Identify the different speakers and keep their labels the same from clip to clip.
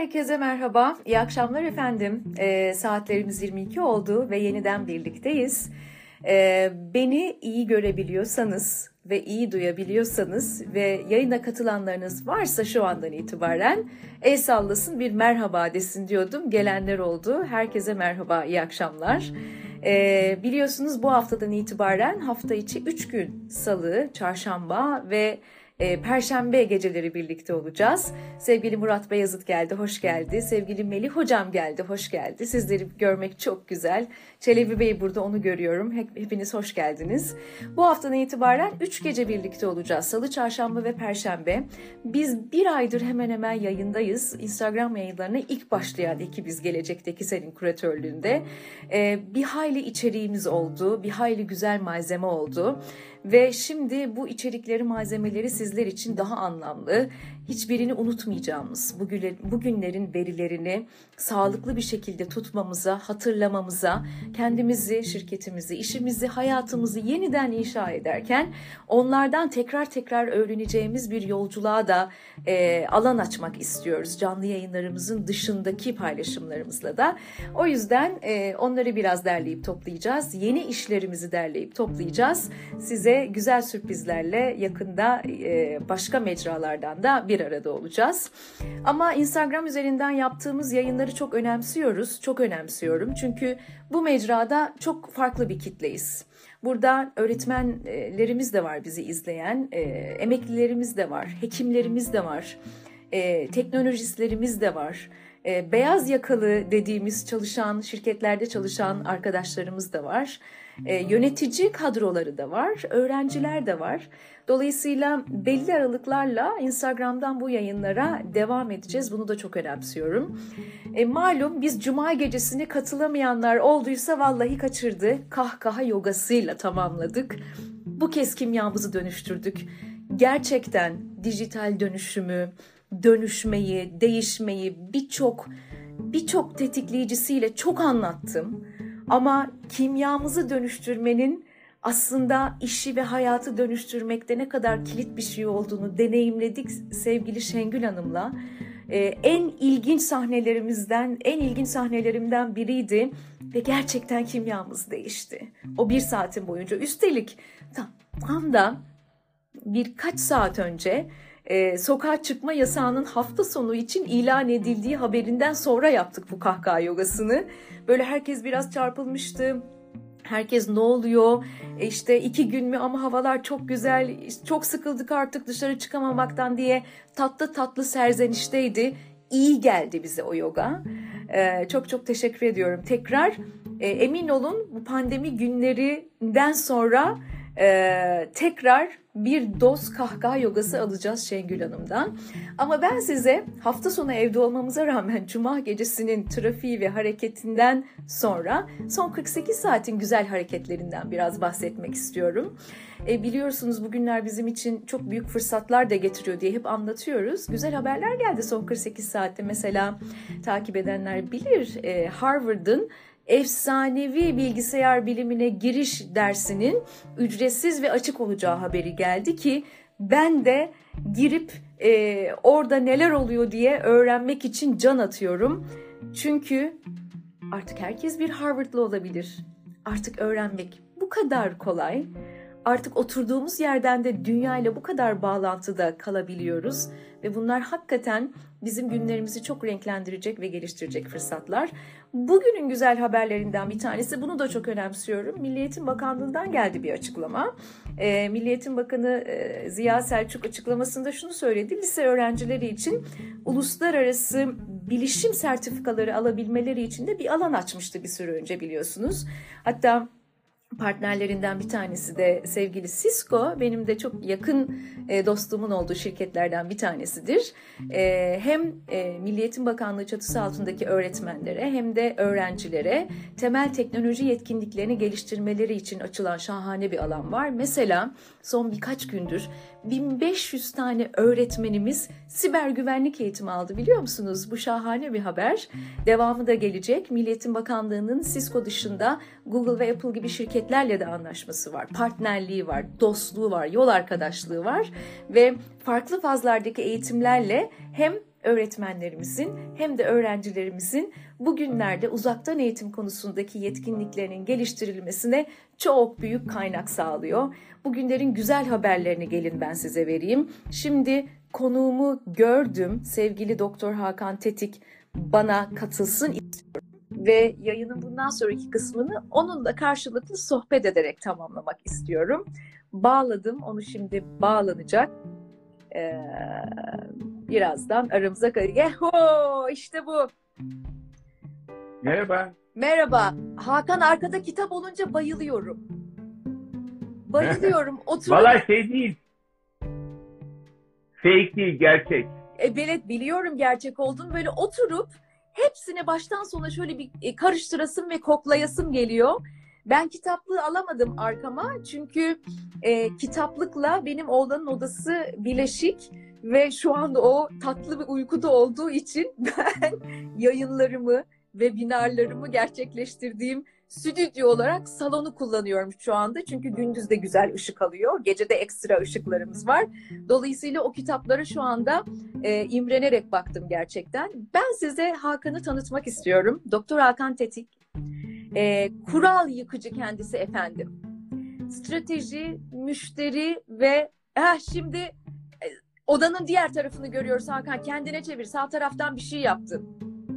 Speaker 1: Herkese merhaba, iyi akşamlar efendim. Saatlerimiz 22 oldu ve yeniden birlikteyiz. Beni iyi görebiliyorsanız ve iyi duyabiliyorsanız ve yayına katılanlarınız varsa şu andan itibaren el sallasın, bir merhaba desin diyordum. Gelenler oldu. Herkese merhaba, iyi akşamlar. Biliyorsunuz bu haftadan itibaren hafta içi 3 gün Salı, Çarşamba ve Perşembe geceleri birlikte olacağız. Sevgili Murat Beyazıt geldi, hoş geldi. Sevgili Melih Hocam geldi, hoş geldi. Sizleri görmek çok güzel. Çelebi Bey burada, onu görüyorum. Hepiniz hoş geldiniz. Bu haftadan itibaren 3 gece birlikte olacağız. Salı, Çarşamba ve Perşembe. Biz bir aydır hemen hemen yayındayız. Instagram yayınlarına ilk başlayan ekibiz Gelecekteki Senin kuratörlüğünde. Bir hayli içeriğimiz oldu, bir hayli güzel malzeme oldu. Ve şimdi bu içerikleri, malzemeleri sizler için daha anlamlı, hiçbirini unutmayacağımız, bugünlerin verilerini sağlıklı bir şekilde tutmamıza, hatırlamamıza, kendimizi, şirketimizi, işimizi, hayatımızı yeniden inşa ederken onlardan tekrar öğreneceğimiz bir yolculuğa da alan açmak istiyoruz. Canlı yayınlarımızın dışındaki paylaşımlarımızla da. O yüzden onları biraz derleyip toplayacağız. Yeni işlerimizi derleyip toplayacağız. Size güzel sürprizlerle yakında başka mecralardan da bir arada olacağız. Ama Instagram üzerinden yaptığımız yayınları çok önemsiyoruz. Çok önemsiyorum. Çünkü bu mecrada çok farklı bir kitleyiz. Burada öğretmenlerimiz de var bizi izleyen, emeklilerimiz de var, hekimlerimiz de var, teknolojistlerimiz de var. Beyaz yakalı dediğimiz çalışan, şirketlerde çalışan arkadaşlarımız da var. Yönetici kadroları da var, öğrenciler de var. Dolayısıyla belli aralıklarla Instagram'dan bu yayınlara devam edeceğiz. Bunu da çok önemsiyorum. Malum biz Cuma gecesine katılamayanlar olduysa vallahi kaçırdı. Kahkaha yogasıyla tamamladık. Bu kez kimyamızı dönüştürdük. Gerçekten dijital dönüşümü, dönüşmeyi, değişmeyi birçok tetikleyicisiyle çok anlattım. Ama kimyamızı dönüştürmenin aslında işi ve hayatı dönüştürmekte ne kadar kilit bir şey olduğunu deneyimledik sevgili Şengül Hanım'la. En ilginç sahnelerimden biriydi ve gerçekten kimyamız değişti. O bir saatin boyunca, üstelik tam da birkaç saat önce sokağa çıkma yasağının hafta sonu için ilan edildiği haberinden sonra yaptık bu kahkaha yogasını. Böyle herkes biraz çarpılmıştı. Herkes ne oluyor? İşte 2 gün mü ama havalar çok güzel, çok sıkıldık artık dışarı çıkamamaktan diye tatlı serzenişteydi. İyi geldi bize o yoga. Çok teşekkür ediyorum. Tekrar emin olun bu pandemi günlerinden sonra tekrar bir doz kahkaha yogası alacağız Şengül Hanım'dan. Ama ben size hafta sonu evde olmamıza rağmen Cuma gecesinin trafiği ve hareketinden sonra son 48 saatin güzel hareketlerinden biraz bahsetmek istiyorum. Biliyorsunuz bugünler bizim için çok büyük fırsatlar da getiriyor diye hep anlatıyoruz. Güzel haberler geldi son 48 saatte. Mesela takip edenler bilir, Harvard'ın efsanevi bilgisayar bilimine giriş dersinin ücretsiz ve açık olacağı haberi geldi ki ben de girip orada neler oluyor diye öğrenmek için can atıyorum. Çünkü artık herkes bir Harvard'lı olabilir. Artık öğrenmek bu kadar kolay. Artık oturduğumuz yerden de dünyayla bu kadar bağlantıda kalabiliyoruz ve bunlar hakikaten bizim günlerimizi çok renklendirecek ve geliştirecek fırsatlar. Bugünün güzel haberlerinden bir tanesi, bunu da çok önemsiyorum. Milli Eğitim Bakanlığı'ndan geldi bir açıklama. Milli Eğitim Bakanı Ziya Selçuk açıklamasında şunu söyledi. Lise öğrencileri için uluslararası bilişim sertifikaları alabilmeleri için de bir alan açmıştı bir süre önce, biliyorsunuz. Hatta partnerlerinden bir tanesi de sevgili Cisco, benim de çok yakın dostumun olduğu şirketlerden bir tanesidir. Hem Milli Eğitim Bakanlığı çatısı altındaki öğretmenlere hem de öğrencilere temel teknoloji yetkinliklerini geliştirmeleri için açılan şahane bir alan var. Mesela son birkaç gündür 1500 tane öğretmenimiz siber güvenlik eğitimi aldı, biliyor musunuz? Bu şahane bir haber. Devamı da gelecek. Milli Eğitim Bakanlığı'nın Cisco dışında Google ve Apple gibi şirketlerle de anlaşması var. Partnerliği var, dostluğu var, yol arkadaşlığı var ve farklı fazlardaki eğitimlerle hem öğretmenlerimizin hem de öğrencilerimizin bugünlerde uzaktan eğitim konusundaki yetkinliklerinin geliştirilmesine çok büyük kaynak sağlıyor. Bugünlerin güzel haberlerini gelin ben size vereyim. Şimdi konuğumu gördüm. Sevgili Doktor Hakan Tetik bana katılsın istiyorum. Ve yayının bundan sonraki kısmını onunla karşılıklı sohbet ederek tamamlamak istiyorum. Bağladım, onu şimdi bağlanacak. Birazdan aramıza işte bu.
Speaker 2: Merhaba.
Speaker 1: Merhaba. Hakan, arkada kitap olunca bayılıyorum. Bayılıyorum. Oturup...
Speaker 2: Vallahi şey değil. Fake değil, gerçek.
Speaker 1: Evet, biliyorum gerçek olduğunu. Böyle oturup hepsine baştan sona şöyle bir karıştırasım ve koklayasım geliyor. Ben kitaplığı alamadım arkama çünkü kitaplıkla benim oğlanın odası bileşik ve şu anda o tatlı bir uykuda olduğu için ben yayınlarımı, webinarlarımı gerçekleştirdiğim stüdyo olarak salonu kullanıyorum şu anda. Çünkü gündüz de güzel ışık alıyor, gece de ekstra ışıklarımız var. Dolayısıyla o kitaplara şu anda imrenerek baktım gerçekten. Ben size Hakan'ı tanıtmak istiyorum. Doktor Hakan Tetik. Kural yıkıcı kendisi efendim. Strateji, müşteri ve şimdi odanın diğer tarafını görüyoruz Hakan. Kendine çevir. Sağ taraftan bir şey yaptın.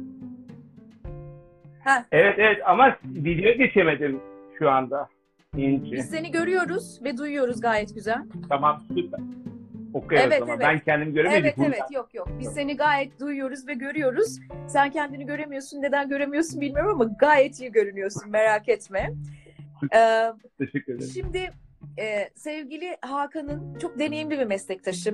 Speaker 2: Evet ama videoya geçemedim şu anda. İnce.
Speaker 1: Biz seni görüyoruz ve duyuyoruz gayet güzel.
Speaker 2: Tamam, süper. Okuyalım o zaman. Evet. Ben kendimi göremedim.
Speaker 1: Evet. Yok. Biz seni gayet duyuyoruz ve görüyoruz. Sen kendini göremiyorsun. Neden göremiyorsun bilmiyorum ama gayet iyi görünüyorsun. Merak etme.
Speaker 2: Teşekkür ederim.
Speaker 1: Şimdi sevgili Hakan'ın çok deneyimli bir meslektaşım.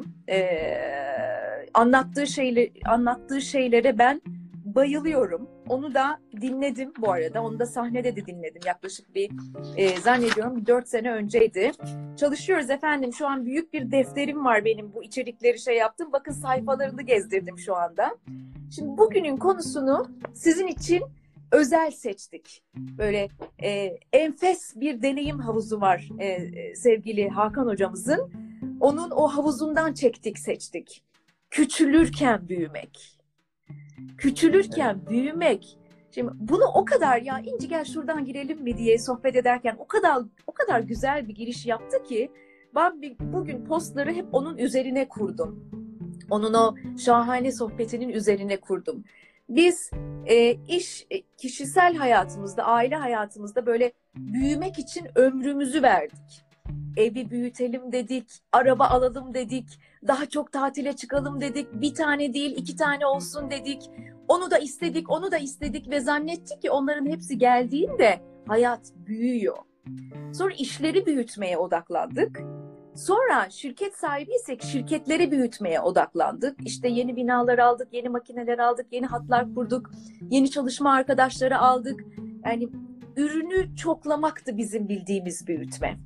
Speaker 1: Anlattığı şeylere ben bayılıyorum. Onu da dinledim bu arada. Onu da sahnede de dinledim. Yaklaşık zannediyorum 4 sene önceydi. Çalışıyoruz efendim. Şu an büyük bir defterim var benim, bu içerikleri yaptım. Bakın sayfalarını gezdirdim şu anda. Şimdi bugünün konusunu sizin için özel seçtik. Böyle enfes bir deneyim havuzu var sevgili Hakan hocamızın. Onun o havuzundan seçtik. Küçülürken büyümek. Büyümek. Şimdi bunu o kadar İnci gel şuradan girelim mi diye sohbet ederken o kadar güzel bir giriş yaptı ki ben bugün postları hep onun üzerine kurdum. Onun o şahane sohbetinin üzerine kurdum. Biz kişisel hayatımızda, aile hayatımızda böyle büyümek için ömrümüzü verdik. Evi büyütelim dedik, araba alalım dedik, daha çok tatile çıkalım dedik, bir tane değil 2 tane olsun dedik. Onu da istedik ve zannettik ki onların hepsi geldiğinde hayat büyüyor. Sonra işleri büyütmeye odaklandık. Sonra şirket sahibiysek şirketleri büyütmeye odaklandık. İşte yeni binalar aldık, yeni makineler aldık, yeni hatlar kurduk, yeni çalışma arkadaşları aldık. Yani ürünü çoklamaktı bizim bildiğimiz büyütme.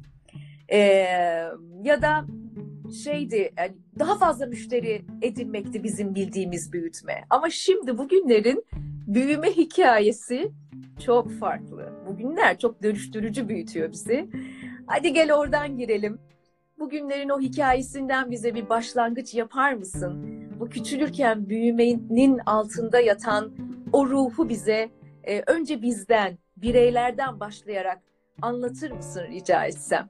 Speaker 1: Ya da daha fazla müşteri edinmekti bizim bildiğimiz büyütme. Ama şimdi bugünlerin büyüme hikayesi çok farklı. Bugünler çok dönüştürücü büyütüyor bizi. Hadi gel oradan girelim. Bugünlerin o hikayesinden bize bir başlangıç yapar mısın? Bu küçülürken büyümenin altında yatan o ruhu bize önce bizden, bireylerden başlayarak anlatır mısın rica etsem?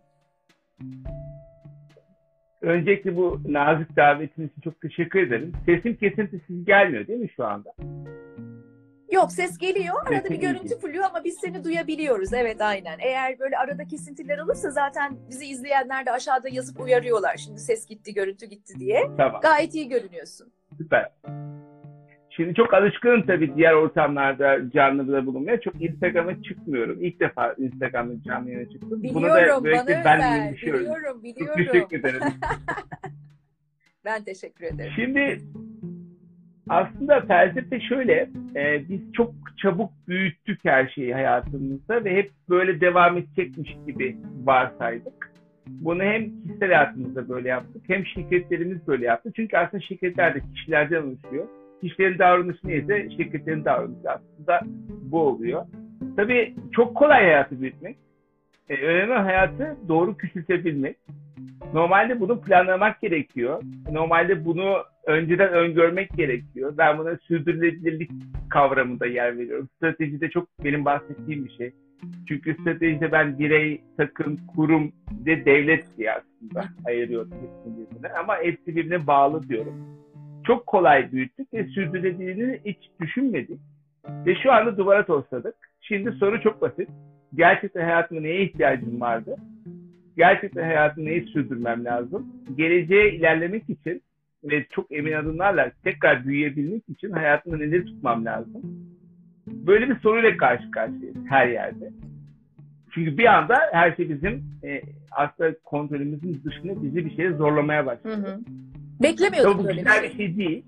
Speaker 2: Öncelikle bu nazik davetiniz için çok teşekkür ederim. Sesim kesintisiz gelmiyor değil mi şu anda?
Speaker 1: Yok, ses geliyor. Arada bir görüntü fluyor ama biz seni duyabiliyoruz. Evet, aynen. Eğer böyle arada kesintiler olursa zaten bizi izleyenler de aşağıda yazıp uyarıyorlar. Şimdi ses gitti, görüntü gitti diye.
Speaker 2: Tamam.
Speaker 1: Gayet iyi görünüyorsun.
Speaker 2: Süper. Şimdi çok alışkınım tabii diğer ortamlarda canlıda bulunmaya. Çok Instagram'a çıkmıyorum. İlk defa Instagram'da canlı yayına çıktım.
Speaker 1: Biliyorum, bana özel. Biliyorum.
Speaker 2: Çok teşekkür ederim.
Speaker 1: Ben teşekkür ederim.
Speaker 2: Şimdi aslında felsefe şöyle, biz çok çabuk büyüttük her şeyi hayatımızda ve hep böyle devam edecekmiş gibi varsaydık. Bunu hem kişisel hayatımızda böyle yaptık, hem şirketlerimiz böyle yaptı. Çünkü aslında şirketler de kişilerden oluşuyor. Kişilerin davranışı neyse şirketlerin davranışı aslında bu oluyor. Tabii çok kolay hayatı büyütmek. Önemli hayatı doğru küçültebilmek. Normalde bunu planlamak gerekiyor. Normalde bunu önceden öngörmek gerekiyor. Ben buna sürdürülebilirlik kavramında yer veriyorum. Stratejide çok benim bahsettiğim bir şey. Çünkü stratejide ben birey, takım, kurum ve devlet diye aslında ayırıyorum hepsini birbirine. Ama hepsi birbirine bağlı diyorum. Çok kolay büyüttük ve sürdürülebilirliğini hiç düşünmedik. Ve şu anda duvara tosladık. Şimdi soru çok basit. Gerçekten hayatımda neye ihtiyacım vardı? Gerçekten hayatımı neyi sürdürmem lazım? Geleceğe ilerlemek için ve çok emin adımlarla tekrar büyüyebilmek için hayatımda neleri tutmam lazım? Böyle bir soruyla karşı karşıyayız her yerde. Çünkü bir anda her şey bizim aslında kontrolümüzün dışında bizi bir şeye zorlamaya başladı.
Speaker 1: Hı hı. Beklemiyorduk
Speaker 2: bu
Speaker 1: böyle
Speaker 2: güzel bir şey değil.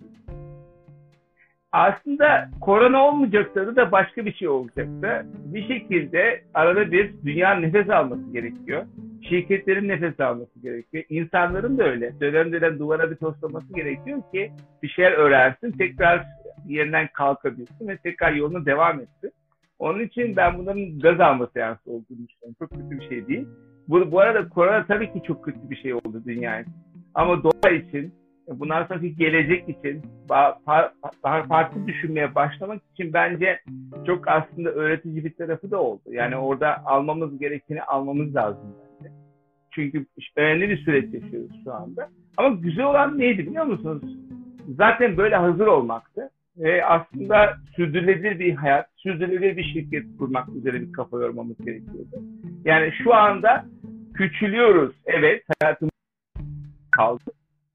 Speaker 2: Aslında korona olmayacaktı da başka bir şey olacaktı. Bir şekilde arada bir dünya nefes alması gerekiyor. Şirketlerin nefes alması gerekiyor. İnsanların da öyle. Dönem dönem duvara bir toslaması gerekiyor ki bir şeyler öğrensin, tekrar yerinden kalkabilsin ve tekrar yoluna devam etsin. Onun için ben bunların gaz alma seansı olduğunu düşünüyorum. Çok kötü bir şey değil. Bu arada korona tabii ki çok kötü bir şey oldu dünya için. Ama doğa için, bundan sonraki gelecek için, daha farklı düşünmeye başlamak için bence çok aslında öğretici bir tarafı da oldu. Yani orada almamız gerekeni almamız lazım bence. Çünkü önemli bir süreç yaşıyoruz şu anda. Ama güzel olan neydi biliyor musunuz? Zaten böyle hazır olmaktı. Ve aslında sürdürülebilir bir hayat, sürdürülebilir bir şirket kurmak üzere bir kafa yormamız gerekiyordu. Yani şu anda küçülüyoruz. Evet, hayatımız kaldı.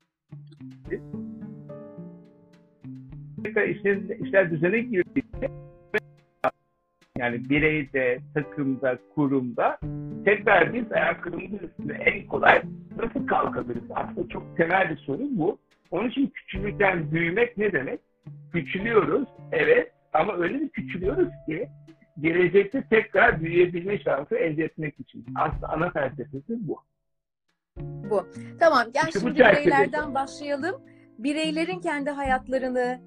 Speaker 2: İşler düzene girdi. Yani bireyde, takımda, kurumda tekrar biz ayaklarımızın üstüne en kolay nasıl kalkabiliriz? Aslında çok temel bir soru bu. Onun için küçülürken büyümek ne demek? Küçülüyoruz, evet, ama öyle bir küçülüyoruz ki gelecekte tekrar büyüyebilme şansı elde etmek için. Aslında ana felsefesi bu.
Speaker 1: Bu. Tamam, gel
Speaker 2: İşte
Speaker 1: şimdi bireylerden başlayalım. Bireylerin kendi hayatlarını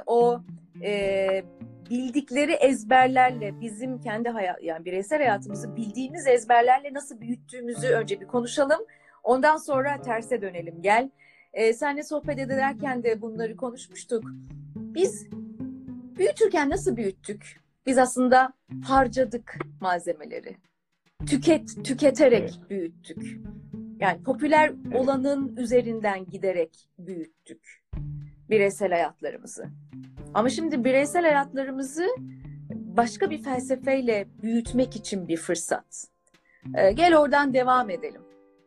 Speaker 1: bildikleri ezberlerle bizim kendi yani bireysel hayatımızı bildiğimiz ezberlerle nasıl büyüttüğümüzü önce bir konuşalım. Ondan sonra terse dönelim. Gel. Seninle sohbet ederken de bunları konuşmuştuk. Biz büyütürken nasıl büyüttük? Biz aslında harcadık malzemeleri. Tüketerek büyüttük. Yani popüler olanın üzerinden giderek büyüttük bireysel hayatlarımızı. Ama şimdi bireysel hayatlarımızı başka bir felsefeyle büyütmek için bir fırsat. Gel oradan devam edelim.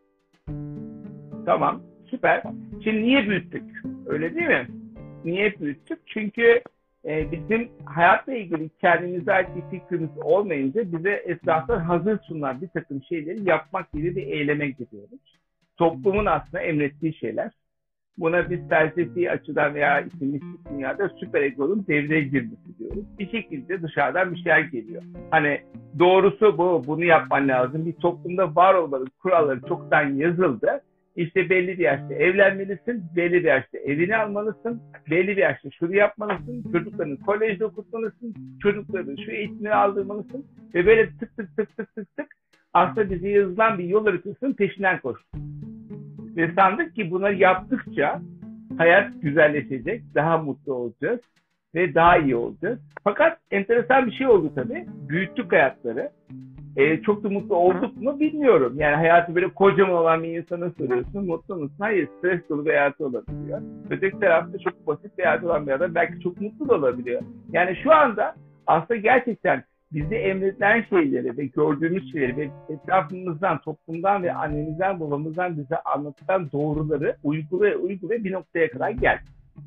Speaker 2: Tamam, süper. Şimdi niye büyüttük? Öyle değil mi? Niye büyüttük? Çünkü bizim hayatla ilgili kendimize ait bir fikrimiz olmayınca bize etrafta hazır sunulan bir takım şeyleri yapmak gibi bir eyleme gidiyoruz. Toplumun aslında emrettiği şeyler. Buna biz felsefi açıdan veya mistik dünyada süper egonun devreye girmesi diyoruz. Bir şekilde dışarıdan bir şeyler geliyor. Hani doğrusu bu, bunu yapman lazım. Bir toplumda var olmanın kuralları çoktan yazıldı. İşte belli bir yaşta evlenmelisin, belli bir yaşta evini almalısın, belli bir yaşta şunu yapmalısın, çocuklarını kolejde okutmalısın, çocuklarını şu eğitimleri aldırmalısın ve böyle tık tık tık tık tık tık aslında bize yazılan bir yol haritasının peşinden koştuk. Ve sandık ki bunları yaptıkça hayat güzelleşecek, daha mutlu olacağız ve daha iyi olacağız. Fakat enteresan bir şey oldu tabii. Büyüttük hayatları. Çok da mutlu olduk mu bilmiyorum. Yani hayatı böyle kocaman olan bir insana soruyorsun. Mutlu musun? Hayır, stres dolu bir hayatı olabiliyor. Öteki tarafta çok basit bir hayatı olan bir adam belki çok mutlu da olabiliyor. Yani şu anda aslında gerçekten bize emredilen şeyleri ve gördüğümüz şeyleri ve etrafımızdan, toplumdan ve annemizden, babamızdan bize anlatılan doğruları uygulaya bir noktaya kadar geldik.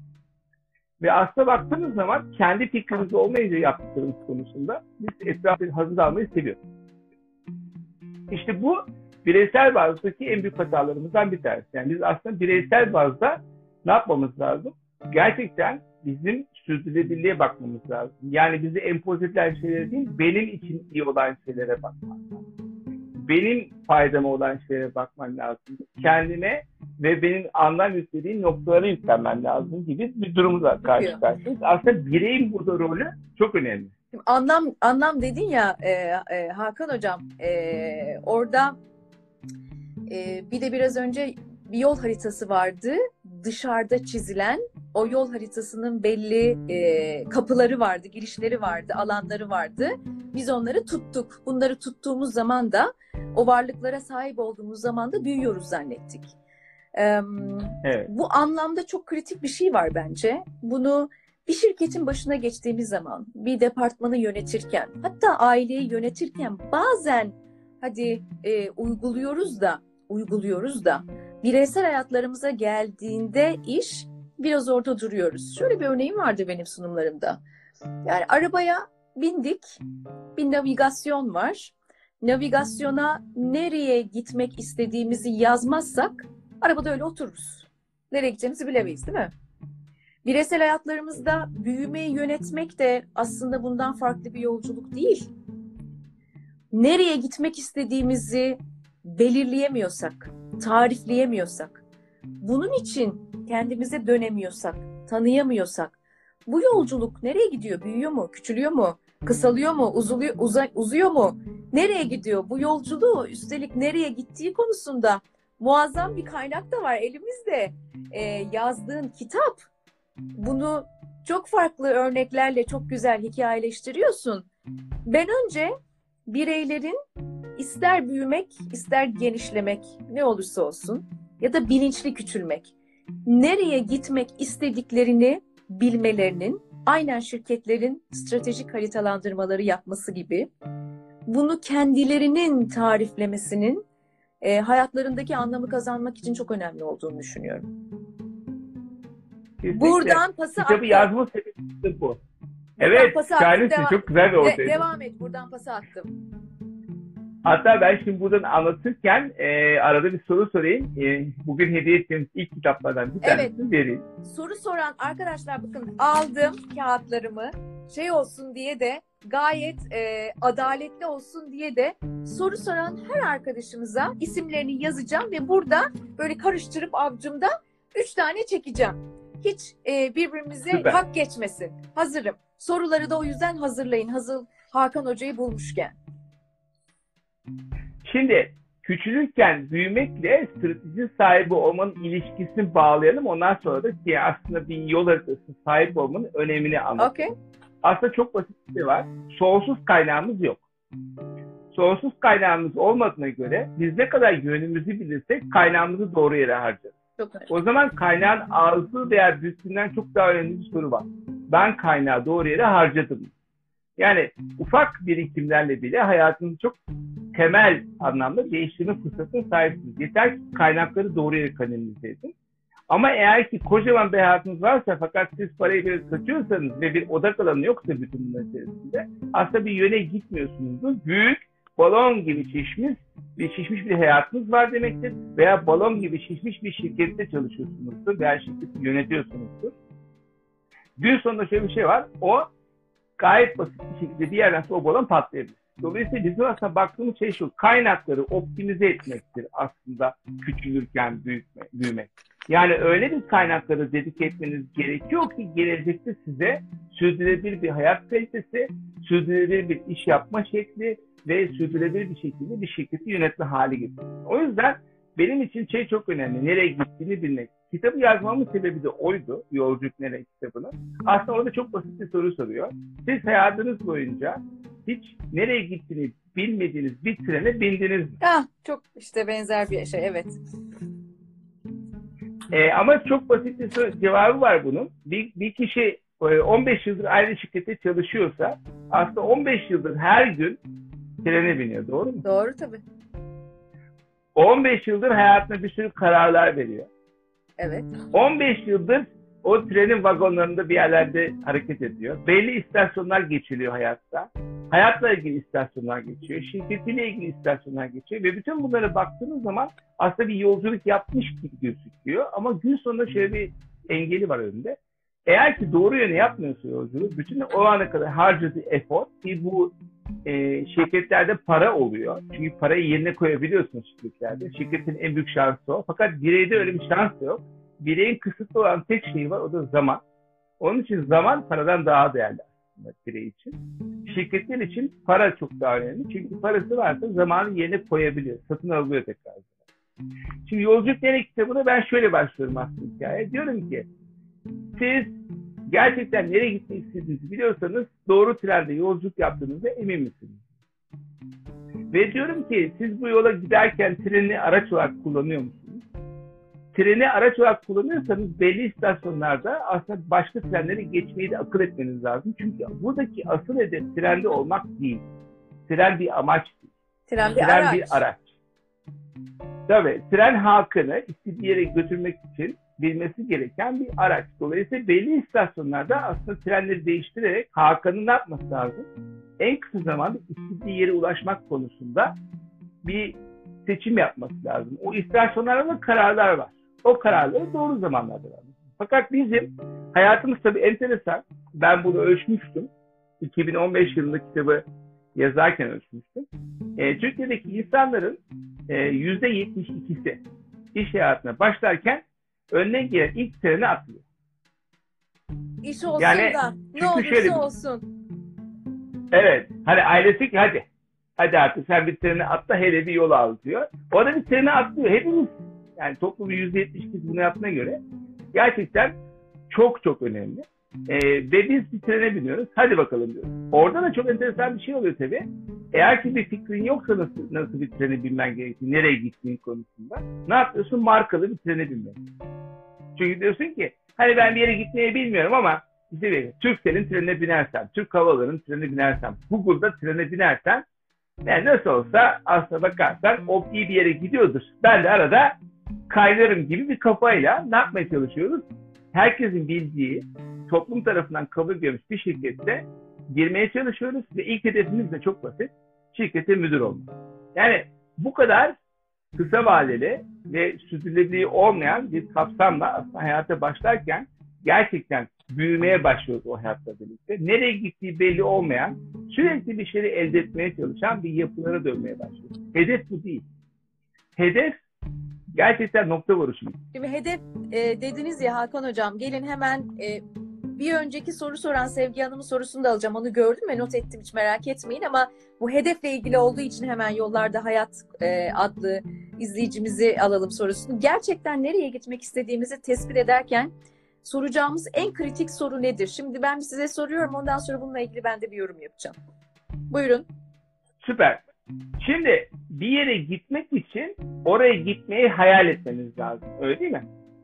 Speaker 2: Ve aslında baktığımız zaman kendi fikrimiz olmayınca yaptıklarımız konusunda biz etrafı hazır almayı seviyoruz. İşte bu bireysel bazdaki en büyük hatalarımızdan bir tanesi. Yani biz aslında bireysel bazda ne yapmamız lazım? Gerçekten bizim sürdürülebilirliğe bakmamız lazım. Yani bize empoze edilen şeylere değil, benim için iyi olan şeylere bakmam lazım. Benim faydama olan şeylere bakman lazım. Kendime ve benim anlam yüklediğim noktalara yüklenmen lazım gibi bir durumla karşı karşıyayız. Aslında bireyin burada rolü çok önemli.
Speaker 1: Anlam dedin ya Hakan Hocam, orada Bir de biraz önce bir yol haritası vardı. Dışarıda çizilen o yol haritasının belli kapıları vardı, girişleri vardı, alanları vardı. Biz onları tuttuk. Bunları tuttuğumuz zaman da o varlıklara sahip olduğumuz zaman da büyüyoruz zannettik.
Speaker 2: Evet.
Speaker 1: Bu anlamda çok kritik bir şey var bence. Bunu bir şirketin başına geçtiğimiz zaman, bir departmanı yönetirken, hatta aileyi yönetirken bazen hadi uyguluyoruz da bireysel hayatlarımıza geldiğinde iş biraz orada duruyoruz. Şöyle bir örneğim vardı benim sunumlarımda. Yani arabaya bindik, bir navigasyon var. Navigasyona nereye gitmek istediğimizi yazmazsak arabada öyle otururuz. Nereye gideceğimizi bilemeyiz, değil mi? Bireysel hayatlarımızda büyümeyi yönetmek de aslında bundan farklı bir yolculuk değil. Nereye gitmek istediğimizi belirleyemiyorsak, tarifleyemiyorsak, bunun için kendimize dönemiyorsak, tanıyamıyorsak, bu yolculuk nereye gidiyor? Büyüyor mu? Küçülüyor mu? Kısalıyor mu? Uzuyor mu? Nereye gidiyor? Bu yolculuğu üstelik nereye gittiği konusunda muazzam bir kaynak da var elimizde. Yazdığın kitap, bunu çok farklı örneklerle çok güzel hikayeleştiriyorsun. Ben önce bireylerin ister büyümek, ister genişlemek, ne olursa olsun ya da bilinçli küçülmek, nereye gitmek istediklerini bilmelerinin, aynen şirketlerin stratejik haritalandırmaları yapması gibi, bunu kendilerinin tariflemesinin hayatlarındaki anlamı kazanmak için çok önemli olduğunu düşünüyorum.
Speaker 2: Kesinlikle.
Speaker 1: Buradan pası
Speaker 2: kitabı
Speaker 1: attım.
Speaker 2: yazma sebebi de bu. Evet, şahanesin. Çok güzel bir ortaya.
Speaker 1: Devam et. Buradan pası attım.
Speaker 2: Hatta ben şimdi buradan anlatırken arada bir soru sorayım. Bugün hediye ettiğimiz ilk kitaplardan bir tanesini vereyim.
Speaker 1: Soru soran arkadaşlar, bakın aldım kağıtlarımı. Şey olsun diye de, gayet adaletli olsun diye de soru soran her arkadaşımıza isimlerini yazacağım ve burada böyle karıştırıp avcumda 3 tane çekeceğim. Hiç birbirimize
Speaker 2: Süper.
Speaker 1: hak geçmesin. Hazırım. Soruları da o yüzden hazırlayın. Hazır Hakan Hoca'yı bulmuşken.
Speaker 2: Şimdi küçülürken büyümekle strateji sahibi olmanın ilişkisini bağlayalım. Ondan sonra da aslında bir yol haritası sahip olmanın önemini anlatalım.
Speaker 1: Okay.
Speaker 2: Aslında çok basit bir şey var. Sonsuz kaynağımız yok. Sonsuz kaynağımız olmadığına göre biz ne kadar yönümüzü bilirsek kaynağımızı doğru yere harcarız. O zaman kaynağın ağzı veya büyüklüğünden çok daha önemli bir soru var. Ben kaynağı doğru yere harcadım. Yani ufak birikimlerle bile hayatınızı çok temel anlamda değiştirme fırsatına sahipsiniz. Yeter ki kaynakları doğru yere kanalize edin. Ama eğer ki kocaman bir hayatınız varsa fakat siz parayı böyle kaçıyorsanız ve bir odak alanı yoksa bütün bunların içerisinde aslında bir yöne gitmiyorsunuzdur. Büyük balon gibi şişmiş bir hayatınız var demektir. Veya balon gibi şişmiş bir şirkette çalışıyorsunuzdur veya şirketi yönetiyorsunuzdur. Gün sonunda şöyle bir şey var. O gayet basit bir şekilde bir yerden sonra o balon patlayabilir. Dolayısıyla bizim aslında baktığımız şey şu, kaynakları optimize etmektir aslında küçülürken büyümek. Yani öyle bir kaynakları dedike etmeniz gerekiyor ki gelecekte size sürdürülebilir bir hayat kalitesi, sürdürülebilir bir iş yapma şekli ve sürdürülebilir bir şekilde bir şirketi yönetme hali getirir. O yüzden benim için şey çok önemli, nereye gittiğini bilmek. Kitabı yazmamın sebebi de oydu, Yolculuk Nereye kitabını. Aslında orada çok basit bir soru soruyor. Siz hayatınız boyunca hiç nereye gittiğini bilmediğiniz bir trene bindiniz mi?
Speaker 1: Çok işte benzer bir şey, evet.
Speaker 2: Ama çok basit bir cevabı var bunun. Bir kişi 15 yıldır aynı şirkette çalışıyorsa aslında 15 yıldır her gün trene biniyor. Doğru mu?
Speaker 1: Doğru tabii.
Speaker 2: 15 yıldır hayatına bir sürü kararlar veriyor.
Speaker 1: Evet.
Speaker 2: 15 yıldır o trenin vagonlarında bir yerlerde hareket ediyor. Belli istasyonlar geçiliyor hayatta. Hayatla ilgili istasyonlar geçiyor. Şirketiyle ilgili istasyonlar geçiyor. Ve bütün bunlara baktığınız zaman aslında bir yolculuk yapmış gibi gözüküyor. Ama gün sonunda şöyle bir engeli var önünde. Eğer ki doğru yöne yapmıyorsa yolculuk, bütün o ana kadar harcadığı efor ki bu şirketlerde para oluyor. Çünkü parayı yerine koyabiliyorsunuz şirketlerde. Şirketin en büyük şansı o. Fakat bireyde öyle bir şans yok. Bireyin kısıtlı olan tek şeyi var, o da zaman. Onun için zaman paradan daha değerli aslında birey için. Şirketler için para çok daha önemli. Çünkü parası varsa zamanı yerine koyabiliyor. Satın alıyor tekrar. Şimdi Yolculuk Nereye kitabına ben şöyle başlıyorum aslında hikayeye. Diyorum ki siz gerçekten nereye gitmek istediğinizi biliyorsanız doğru trende yolculuk yaptığınızda emin misiniz? Ve diyorum ki siz bu yola giderken treni araç olarak kullanıyor musunuz? Treni araç olarak kullanıyorsanız belli istasyonlarda aslında başka trenlere geçmeyi de akıl etmeniz lazım. Çünkü buradaki asıl hedef trende olmak değil. Tren bir amaç değil.
Speaker 1: Tren
Speaker 2: bir araç. Tabii tren halkını istediği yere götürmek için bilmesi gereken bir araç. Dolayısıyla belli istasyonlarda aslında trenleri değiştirerek halkının ne yapması lazım? En kısa zamanda istediği yere ulaşmak konusunda bir seçim yapması lazım. O istasyonlarda da kararlar var. O kararları doğru zamanlarda vermek. Fakat bizim hayatımız tabii enteresan. Ben bunu ölçmüştüm. 2015 yılında kitabı yazarken ölçmüştüm. Türkiye'deki insanların %72'si iş hayatına başlarken önüne gelen ilk treni atlıyor.
Speaker 1: İş olsun yani, da ne olursa olsun.
Speaker 2: Evet. Hani ailesi ki hadi artık sen bir treni atla, hele bir yol al diyor. O da bir treni atlıyor. Hepimiz yani toplumun %72'si bunu yaptığına göre gerçekten çok çok önemli. Ve biz bir trene biniyoruz. Hadi bakalım diyoruz. Orada da çok enteresan bir şey oluyor tabii. Eğer ki bir fikrin yoksa nasıl bir trene binmen gerektiği, nereye gittiğin konusunda ne yapıyorsun? Markalı bir trene binmek. Çünkü diyorsun ki hani ben bir yere gitmeyi bilmiyorum ama işte Turkcell'in trenine binersem, Türk Hava Yolları'nın trenine binersem, Google'da trene binersem yani nasıl olsa aslına bakarsan o iyi bir yere gidiyordur. Ben de arada kaynarım gibi bir kafayla ne yapmaya çalışıyoruz? Herkesin bildiği, toplum tarafından kabul görmüş bir şirkette girmeye çalışıyoruz ve ilk hedefimiz de çok basit. Şirkete müdür olmak. Yani bu kadar kısa vadeli ve sürdürülebilirliği olmayan bir kapsamla aslında hayata başlarken gerçekten büyümeye başlıyoruz o hayatla birlikte. Nereye gittiği belli olmayan, sürekli bir şeyi elde etmeye çalışan bir yapılara dönmeye başlıyoruz. Hedef bu değil. Hedef gerçekten nokta vuruşu.
Speaker 1: Şimdi hedef dediniz ya Hakan Hocam, gelin hemen bir önceki soru soran Sevgi Hanım'ın sorusunu da alacağım. Onu gördüm ve not ettim, hiç merak etmeyin, ama bu hedefle ilgili olduğu için hemen Yollarda Hayat adlı izleyicimizi alalım sorusunu. Gerçekten nereye gitmek istediğimizi tespit ederken soracağımız en kritik soru nedir? Şimdi ben size soruyorum, ondan sonra bununla ilgili ben de bir yorum yapacağım. Buyurun.
Speaker 2: Süper. Şimdi bir yere gitmek için oraya gitmeyi hayal etmeniz lazım. Öyle değil mi?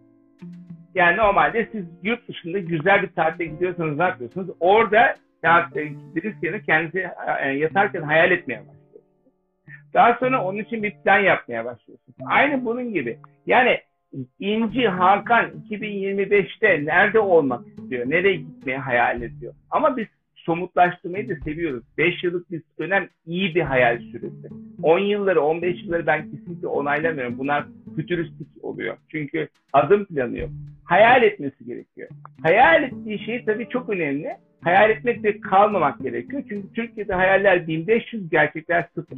Speaker 2: Yani normalde siz yurt dışında güzel bir tatile gidiyorsanız ne yapıyorsunuz? Orada giderken kendinizi yatarken hayal etmeye başlıyorsunuz. Daha sonra onun için bir plan yapmaya başlıyorsunuz. Aynı bunun gibi. Yani İnci Hakan 2025'te nerede olmak istiyor? Nereye gitmeyi hayal ediyor? Ama biz somutlaştırmayı da seviyoruz. 5 yıllık bir dönem iyi bir hayal süresi. 10 yılları, 15 yılları ben kesinlikle onaylamıyorum. Bunlar fütüristik oluyor. Çünkü adım planı yok. Hayal etmesi gerekiyor. Hayal ettiği şey tabii çok önemli. Hayal etmekle kalmamak gerekiyor. Çünkü Türkiye'de hayaller 1500, gerçekler 0.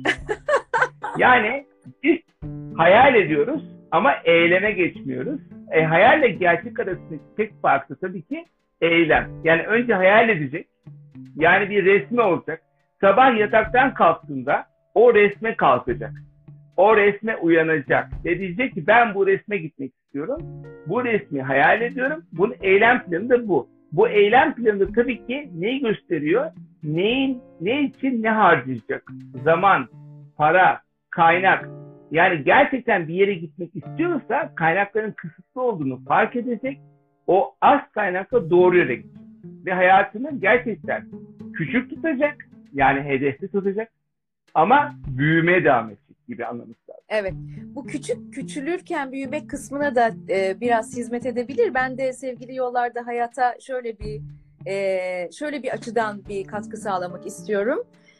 Speaker 2: Yani biz hayal ediyoruz ama eyleme geçmiyoruz. Hayalle gerçek arasındaki tek farkı tabii ki eylem. Yani önce hayal edecek. Yani bir resmi olacak. Sabah yataktan kalktığında o resme kalkacak. O resme uyanacak. Ve diyecek ki ben bu resme gitmek istiyorum. Bu resmi hayal ediyorum. Bunun eylem planı da bu. Bu eylem planı da tabii ki neyi gösteriyor? Ne için ne harcayacak? Zaman, para, kaynak. Yani gerçekten bir yere gitmek istiyorsa kaynakların kısıtlı olduğunu fark edecek. O az kaynakla doğru yere gidecek. Ve hayatını gerçekten küçük tutacak. Yani hedefli tutacak. Ama büyümeye devam edecek gibi anlamak lazım.
Speaker 1: Evet. Bu küçülürken büyümek kısmına da biraz hizmet edebilir. Ben de sevgili Yollarda Hayat'a şöyle bir açıdan bir katkı sağlamak istiyorum.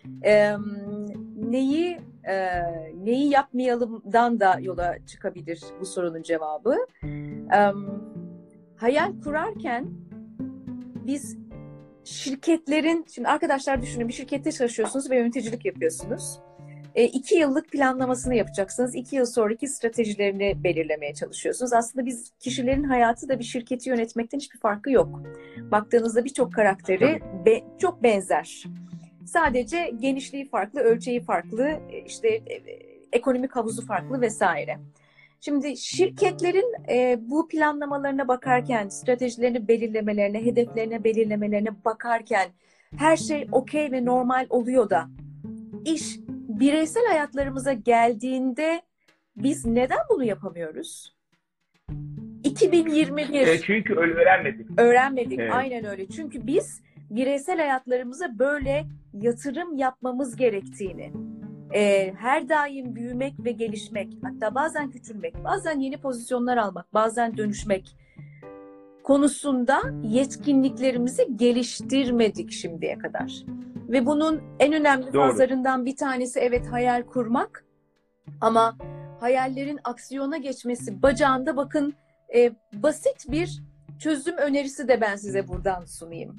Speaker 1: Neyi yapmayalımdan da yola çıkabilir bu sorunun cevabı. Hayal kurarken biz şirketlerin, şimdi arkadaşlar düşünün, bir şirkette çalışıyorsunuz ve yöneticilik yapıyorsunuz. 2 yıllık planlamasını yapacaksınız. 2 yıl sonraki stratejilerini belirlemeye çalışıyorsunuz. Aslında biz kişilerin hayatı da bir şirketi yönetmekten hiçbir farkı yok. Baktığınızda birçok karakteri çok benzer. Sadece genişliği farklı, ölçeği farklı, işte ekonomik havuzu farklı vesaire. Şimdi şirketlerin bu planlamalarına bakarken, stratejilerini belirlemelerine, hedeflerine belirlemelerine bakarken her şey okey ve normal oluyor da iş bireysel hayatlarımıza geldiğinde biz neden bunu yapamıyoruz? 2021.
Speaker 2: Çünkü öyle öğrenmedik.
Speaker 1: Öğrenmedik,
Speaker 2: Evet.
Speaker 1: aynen öyle. Çünkü biz bireysel hayatlarımıza böyle yatırım yapmamız gerektiğini, her daim büyümek ve gelişmek, hatta bazen küçülmek, bazen yeni pozisyonlar almak, bazen dönüşmek konusunda yetkinliklerimizi geliştirmedik şimdiye kadar. Ve bunun en önemli fazlarından bir tanesi evet hayal kurmak, ama hayallerin aksiyona geçmesi bacağında bakın basit bir çözüm önerisi de ben size buradan sunayım.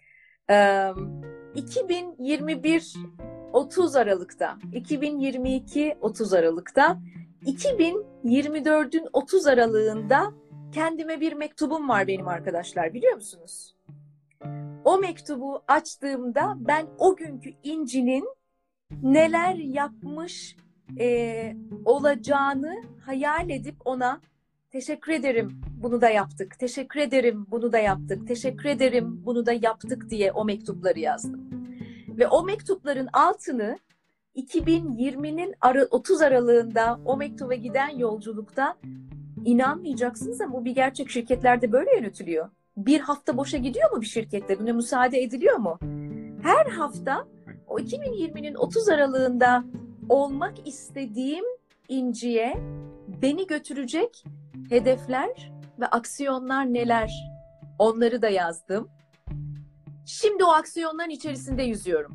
Speaker 1: 2021 30 Aralık'ta, 2022 30 Aralık'ta, 2024'ün 30 Aralığında kendime bir mektubum var benim arkadaşlar, biliyor musunuz? O mektubu açtığımda ben o günkü İnci'nin neler yapmış olacağını hayal edip ona teşekkür ederim bunu da yaptık, teşekkür ederim bunu da yaptık, teşekkür ederim bunu da yaptık diye o mektupları yazdım. Ve o mektupların altını 2020'nin 30 Aralığında o mektuba giden yolculukta, inanmayacaksınız ama bu bir gerçek, şirketlerde böyle yönetiliyor. Bir hafta boşa gidiyor mu bir şirkette? Buna müsaade ediliyor mu? Her hafta o 2020'nin 30 Aralığında olmak istediğim İnci'ye beni götürecek hedefler ve aksiyonlar neler? Onları da yazdım. Şimdi o aksiyonların içerisinde yüzüyorum.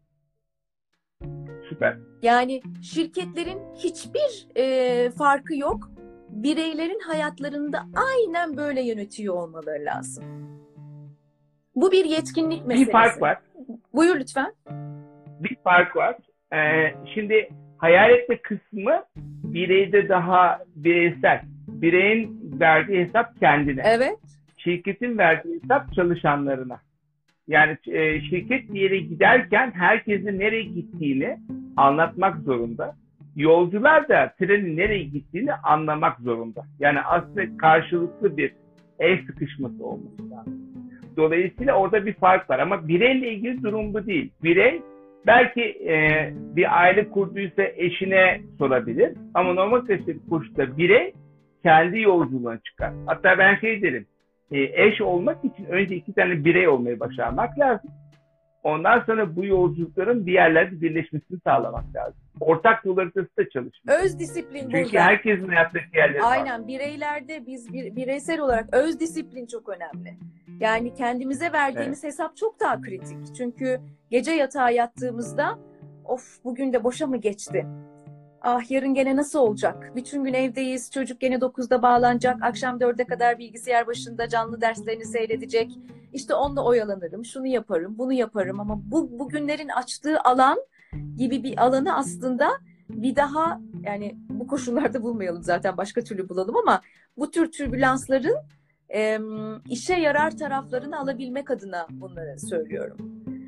Speaker 2: Süper.
Speaker 1: Yani şirketlerin hiçbir farkı yok. Bireylerin hayatlarında aynen böyle yönetiyor olmaları lazım. Bu bir yetkinlik meselesi.
Speaker 2: Bir fark var.
Speaker 1: Buyur lütfen.
Speaker 2: Bir fark var. Şimdi hayal etme kısmı bireyde daha bireysel. Bireyin verdiği hesap kendine.
Speaker 1: Evet.
Speaker 2: Şirketin verdiği hesap çalışanlarına. Yani şirket bir yere giderken herkesin nereye gittiğini anlatmak zorunda. Yolcular da trenin nereye gittiğini anlamak zorunda. Yani aslında karşılıklı bir el sıkışması olması lazım. Dolayısıyla orada bir fark var ama bireyle ilgili durum bu değil. Birey belki bir aile kurduysa eşine sorabilir ama normal koşulda birey kendi yolculuğuna çıkar. Hatta ben derim, eş olmak için önce 2 tane birey olmayı başarmak lazım. Ondan sonra bu yolculukların bir yerlerde birleşmesini sağlamak lazım. Ortak yol haritası da çalışmıyor.
Speaker 1: Öz disiplin burada.
Speaker 2: Çünkü herkesin hayattaki yerleri var.
Speaker 1: Aynen, bireylerde biz bireysel olarak öz disiplin çok önemli. Yani kendimize verdiğimiz hesap çok daha kritik. Çünkü gece yatağa yattığımızda of bugün de boşa mı geçti? Ah yarın gene nasıl olacak? Bütün gün evdeyiz, çocuk gene 9'da bağlanacak, akşam 4'e kadar bilgisayar başında canlı derslerini seyredecek. İşte onunla oyalanırım, şunu yaparım, bunu yaparım ama bugünlerin açtığı alan gibi bir alanı aslında bir daha, yani bu koşullarda bulmayalım zaten, başka türlü bulalım ama bu tür türbülansların işe yarar taraflarını alabilmek adına bunları söylüyorum.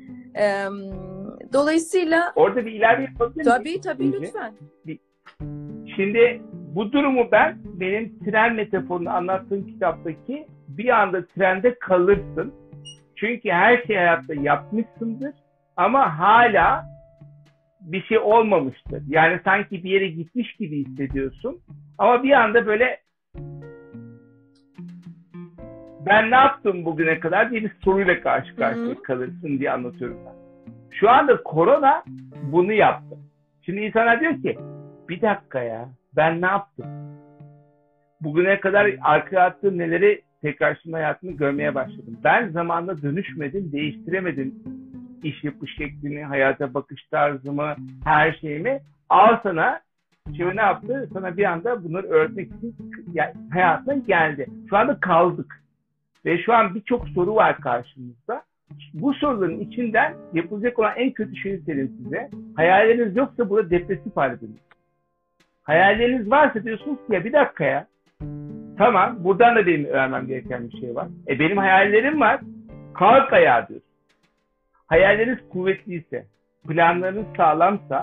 Speaker 1: Dolayısıyla
Speaker 2: orada bir ilave yapabilir miyim?
Speaker 1: Tabii lütfen.
Speaker 2: Şimdi bu durumu benim tren metaforunu anlattığım kitaptaki bir anda trende kalırsın. Çünkü her şeyi hayatta yapmışsındır ama hala bir şey olmamıştır. Yani sanki bir yere gitmiş gibi hissediyorsun ama bir anda böyle ben ne yaptım bugüne kadar diye bir soruyla karşı karşıya kalırsın diye anlatıyorum ben. Şu anda korona bunu yaptı. Şimdi insanlar diyor ki bir dakika ya ben ne yaptım? Bugüne kadar arkaya attığım neleri tekrar şimdi hayatımı görmeye başladım. Ben zamanla dönüşmedim, değiştiremedim iş yapış şeklimi, hayata bakış tarzımı, her şeyimi. Al sana, şimdi ne yaptı? Sana bir anda bunları öğretmek için hayatına geldi. Şu anda kaldık. Ve şu an birçok soru var karşımızda. Bu soruların içinden yapılacak olan en kötü şeyi söyleyeyim size. Hayalleriniz yoksa burada depresif halde dönüyor. Hayalleriniz varsa diyorsunuz ki ya bir dakika ya. Tamam, buradan da benim öğrenmem gereken bir şey var. Benim hayallerim var. Kalk ayağa diyorsun. Hayalleriniz kuvvetliyse, planlarınız sağlamsa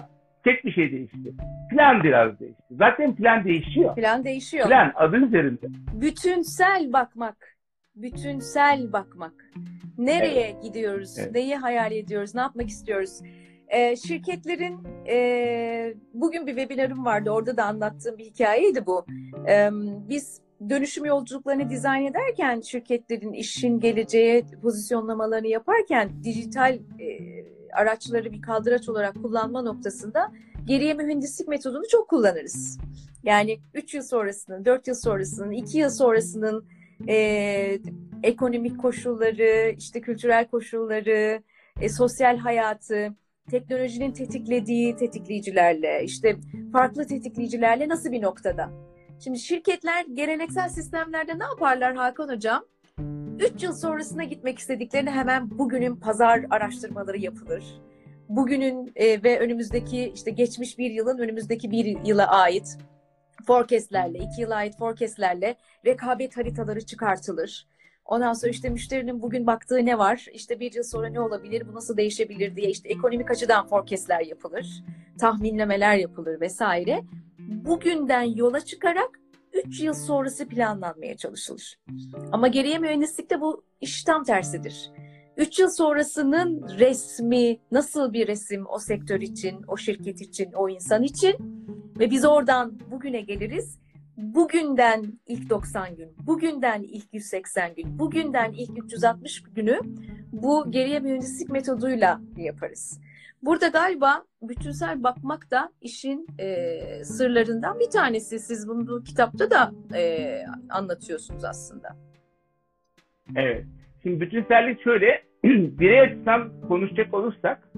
Speaker 2: tek bir şey değişti. Plan biraz değişti. Zaten plan değişiyor.
Speaker 1: Plan değişiyor.
Speaker 2: Plan adı üzerinde.
Speaker 1: Bütünsel bakmak. Bütünsel bakmak. Nereye gidiyoruz?
Speaker 2: Evet.
Speaker 1: Neyi hayal ediyoruz? Ne yapmak istiyoruz? Şirketlerin bugün bir webinarım vardı. Orada da anlattığım bir hikayeydi bu. Biz dönüşüm yolculuklarını dizayn ederken şirketlerin işin geleceğe pozisyonlamalarını yaparken dijital araçları bir kaldıraç olarak kullanma noktasında geriye mühendislik metodunu çok kullanırız. Yani 3 yıl sonrasının, 4 yıl sonrasının, 2 yıl sonrasının ekonomik koşulları, işte kültürel koşulları, sosyal hayatı, teknolojinin tetiklediği tetikleyicilerle, işte farklı tetikleyicilerle nasıl bir noktada? Şimdi şirketler geleneksel sistemlerde ne yaparlar Hakan Hocam? 3 yıl sonrasına gitmek istediklerini hemen bugünün pazar araştırmaları yapılır. Bugünün ve önümüzdeki işte geçmiş bir yılın önümüzdeki bir yıla ait forecastlerle, 2 yıla ait forecastlerle rekabet haritaları çıkartılır. Ondan sonra işte müşterinin bugün baktığı ne var, işte bir yıl sonra ne olabilir, bu nasıl değişebilir diye işte ekonomik açıdan forecastler yapılır, tahminlemeler yapılır vesaire. Bugünden yola çıkarak 3 yıl sonrası planlanmaya çalışılır. Ama geriye mühendislikte bu iş tam tersidir. 3 yıl sonrasının resmi nasıl bir resim o sektör için, o şirket için, o insan için ve biz oradan bugüne geliriz. Bugünden ilk 90 gün, bugünden ilk 180 gün, bugünden ilk 360 günü bu geriye mühendislik metoduyla yaparız. Burada galiba bütünsel bakmak da işin sırlarından bir tanesi. Siz bunu bu kitapta da anlatıyorsunuz aslında.
Speaker 2: Evet. Şimdi bütünsellik şöyle, birey açısından konuşacak olursak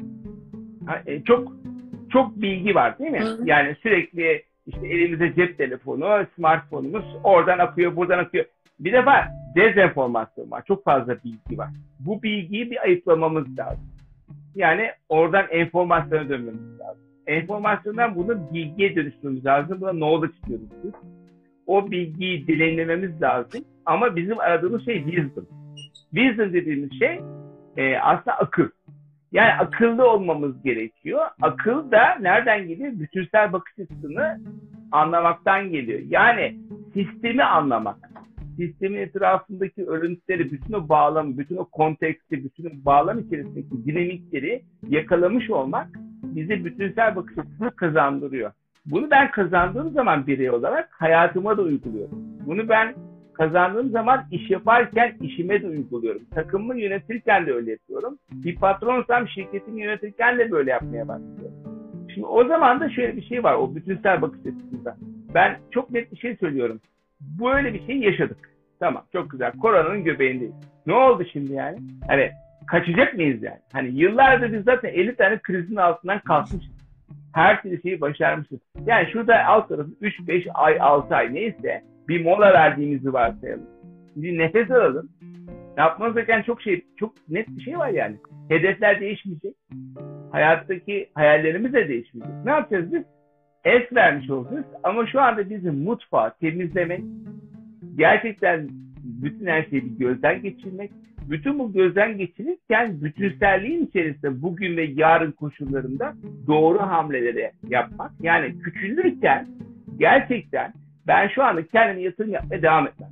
Speaker 2: çok bilgi var değil mi? Hı-hı. Yani sürekli işte elimizde cep telefonu, smartfonumuz oradan akıyor, buradan akıyor. Bir defa dezenformasyon var. Çok fazla bilgi var. Bu bilgiyi bir ayıklamamız lazım. Yani oradan enformasyona dönmemiz lazım. Enformasyondan bunu bilgiye dönüştürmemiz lazım. Buna knowledge diyoruz biz. O bilgiyi deneyimlememiz lazım. Ama bizim aradığımız şey wisdom. Wisdom dediğimiz şey aslında akıl. Yani akıllı olmamız gerekiyor. Akıl da nereden geliyor? Bütünsel bakış açısını anlamaktan geliyor. Yani sistemi anlamak. Sistemin etrafındaki örüntüleri, bütün o bağlamı, bütün o konteksti, bütün o bağlam içerisindeki dinamikleri yakalamış olmak bize bütünsel bakış açısını kazandırıyor. Bunu ben kazandığım zaman birey olarak hayatıma da uyguluyorum. Bunu ben kazandığım zaman iş yaparken işime de uyguluyorum. Takımımı yönetirken de öyle yapıyorum. Bir patronsam şirketimi yönetirken de böyle yapmaya başlıyorum. Şimdi o zaman da şöyle bir şey var o bütünsel bakış açısında. Ben çok net bir şey söylüyorum. Böyle bir şey yaşadık. Tamam, çok güzel. Koronanın göbeğindeyiz. Ne oldu şimdi yani? Hani kaçacak mıyız yani? Hani yıllardır biz zaten 50 tane krizin altından kalkmışız. Her türlü şeyi başarmışız. Yani şurada alt tarafı 3-5 ay, 6 ay neyse bir mola verdiğimizi varsayalım. Bir nefes alalım. Yapmamız gereken çok net bir şey var yani. Hedefler değişmeyecek. Hayattaki hayallerimiz de değişmeyecek. Ne yapacağız biz? Es vermiş olacağız. Ama şu anda bizim mutfağı temizlemek, gerçekten bütün her şeyi bir gözden geçirmek, bütün bu gözden geçirirken bütünselliğin içerisinde bugün ve yarın koşullarında doğru hamleleri yapmak. Yani küçülürken gerçekten ben şu anda kendime yatırım yapmaya devam etmem.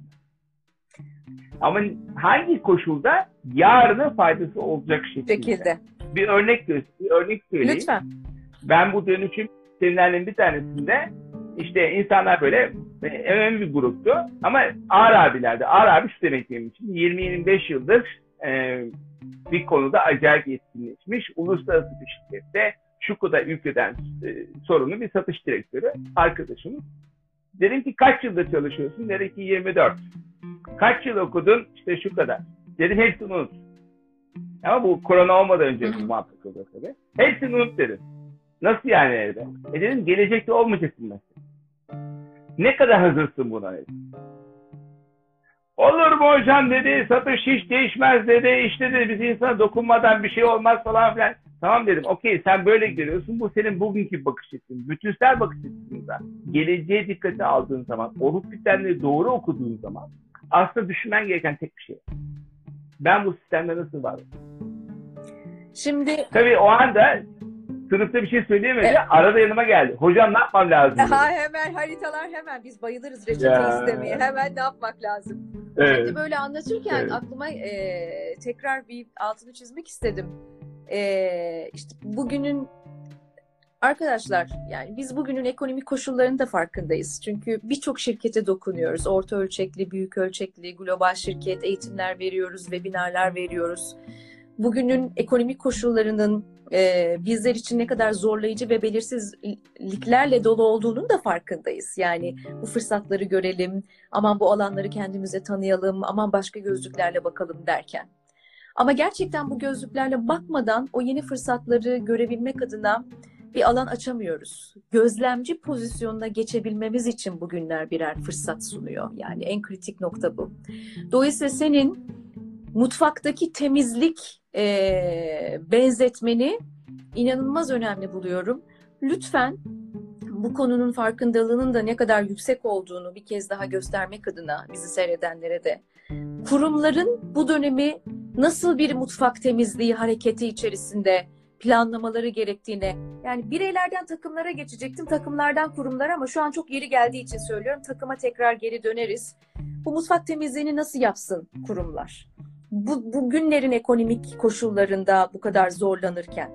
Speaker 2: Ama hangi koşulda yarına faydası olacak şekilde. Bir örnek söyleyeyim.
Speaker 1: Lütfen.
Speaker 2: Ben bu dönüşüm seminerlerin bir tanesinde işte insanlar böyle önemli bir gruptu ama ağır abilerdi. Ağır abi şu demek benim için 20-25 yıldır bir konuda acayip yetkinleşmiş. Uluslararası bir şirkette şu kadar ülkeden sorumlu bir satış direktörü arkadaşımız. Dedim ki kaç yıldır çalışıyorsun? Dedi ki 24. Kaç yıl okudun? İşte şu kadar. Dedim hepsini unut. Ama bu korona olmadan önce bu muhabbet oluyor tabii. Hepsini unut dedim. Nasıl yani evde? Dedim gelecekte olmayacaksın mesela. Ne kadar hazırsın buna dedim. Olur mu hocam dedi, satış hiç değişmez dedi, işte dedi biz insana dokunmadan bir şey olmaz falan filan. Tamam dedim, okey sen böyle görüyorsun, bu senin bugünkü bakış açın. Bütünsel bakış açısında geleceğe dikkate aldığın zaman, olup bitenleri doğru okuduğun zaman aslında düşünmen gereken tek bir şey. Ben bu sistemde nasıl varım?
Speaker 1: Şimdi
Speaker 2: tabii o anda sınıfta bir şey söyleyemedi. Arada yanıma geldi. Hocam ne yapmam lazım?
Speaker 1: Hemen haritalar hemen. Biz bayılırız reçete izlemeye. Hemen ne yapmak lazım?
Speaker 2: Evet.
Speaker 1: Şimdi böyle anlatırken aklıma tekrar bir altını çizmek istedim. İşte bugünün arkadaşlar, yani biz bugünün ekonomik koşullarının da farkındayız. Çünkü birçok şirkete dokunuyoruz. Orta ölçekli, büyük ölçekli, global şirket, eğitimler veriyoruz, webinarlar veriyoruz. Bugünün ekonomik koşullarının bizler için ne kadar zorlayıcı ve belirsizliklerle dolu olduğunun da farkındayız. Yani bu fırsatları görelim, aman bu alanları kendimize tanıyalım, aman başka gözlüklerle bakalım derken. Ama gerçekten bu gözlüklerle bakmadan o yeni fırsatları görebilmek adına bir alan açamıyoruz. Gözlemci pozisyonuna geçebilmemiz için bugünler birer fırsat sunuyor. Yani en kritik nokta bu. Dolayısıyla senin mutfaktaki temizlik benzetmeni inanılmaz önemli buluyorum. Lütfen bu konunun farkındalığının da ne kadar yüksek olduğunu bir kez daha göstermek adına bizi seyredenlere de kurumların bu dönemi nasıl bir mutfak temizliği hareketi içerisinde planlamaları gerektiğine, yani bireylerden takımlara geçecektim, takımlardan kurumlara, ama şu an çok yeri geldiği için söylüyorum, takıma tekrar geri döneriz. Bu mutfak temizliğini nasıl yapsın kurumlar? Bu günlerin ekonomik koşullarında bu kadar zorlanırken.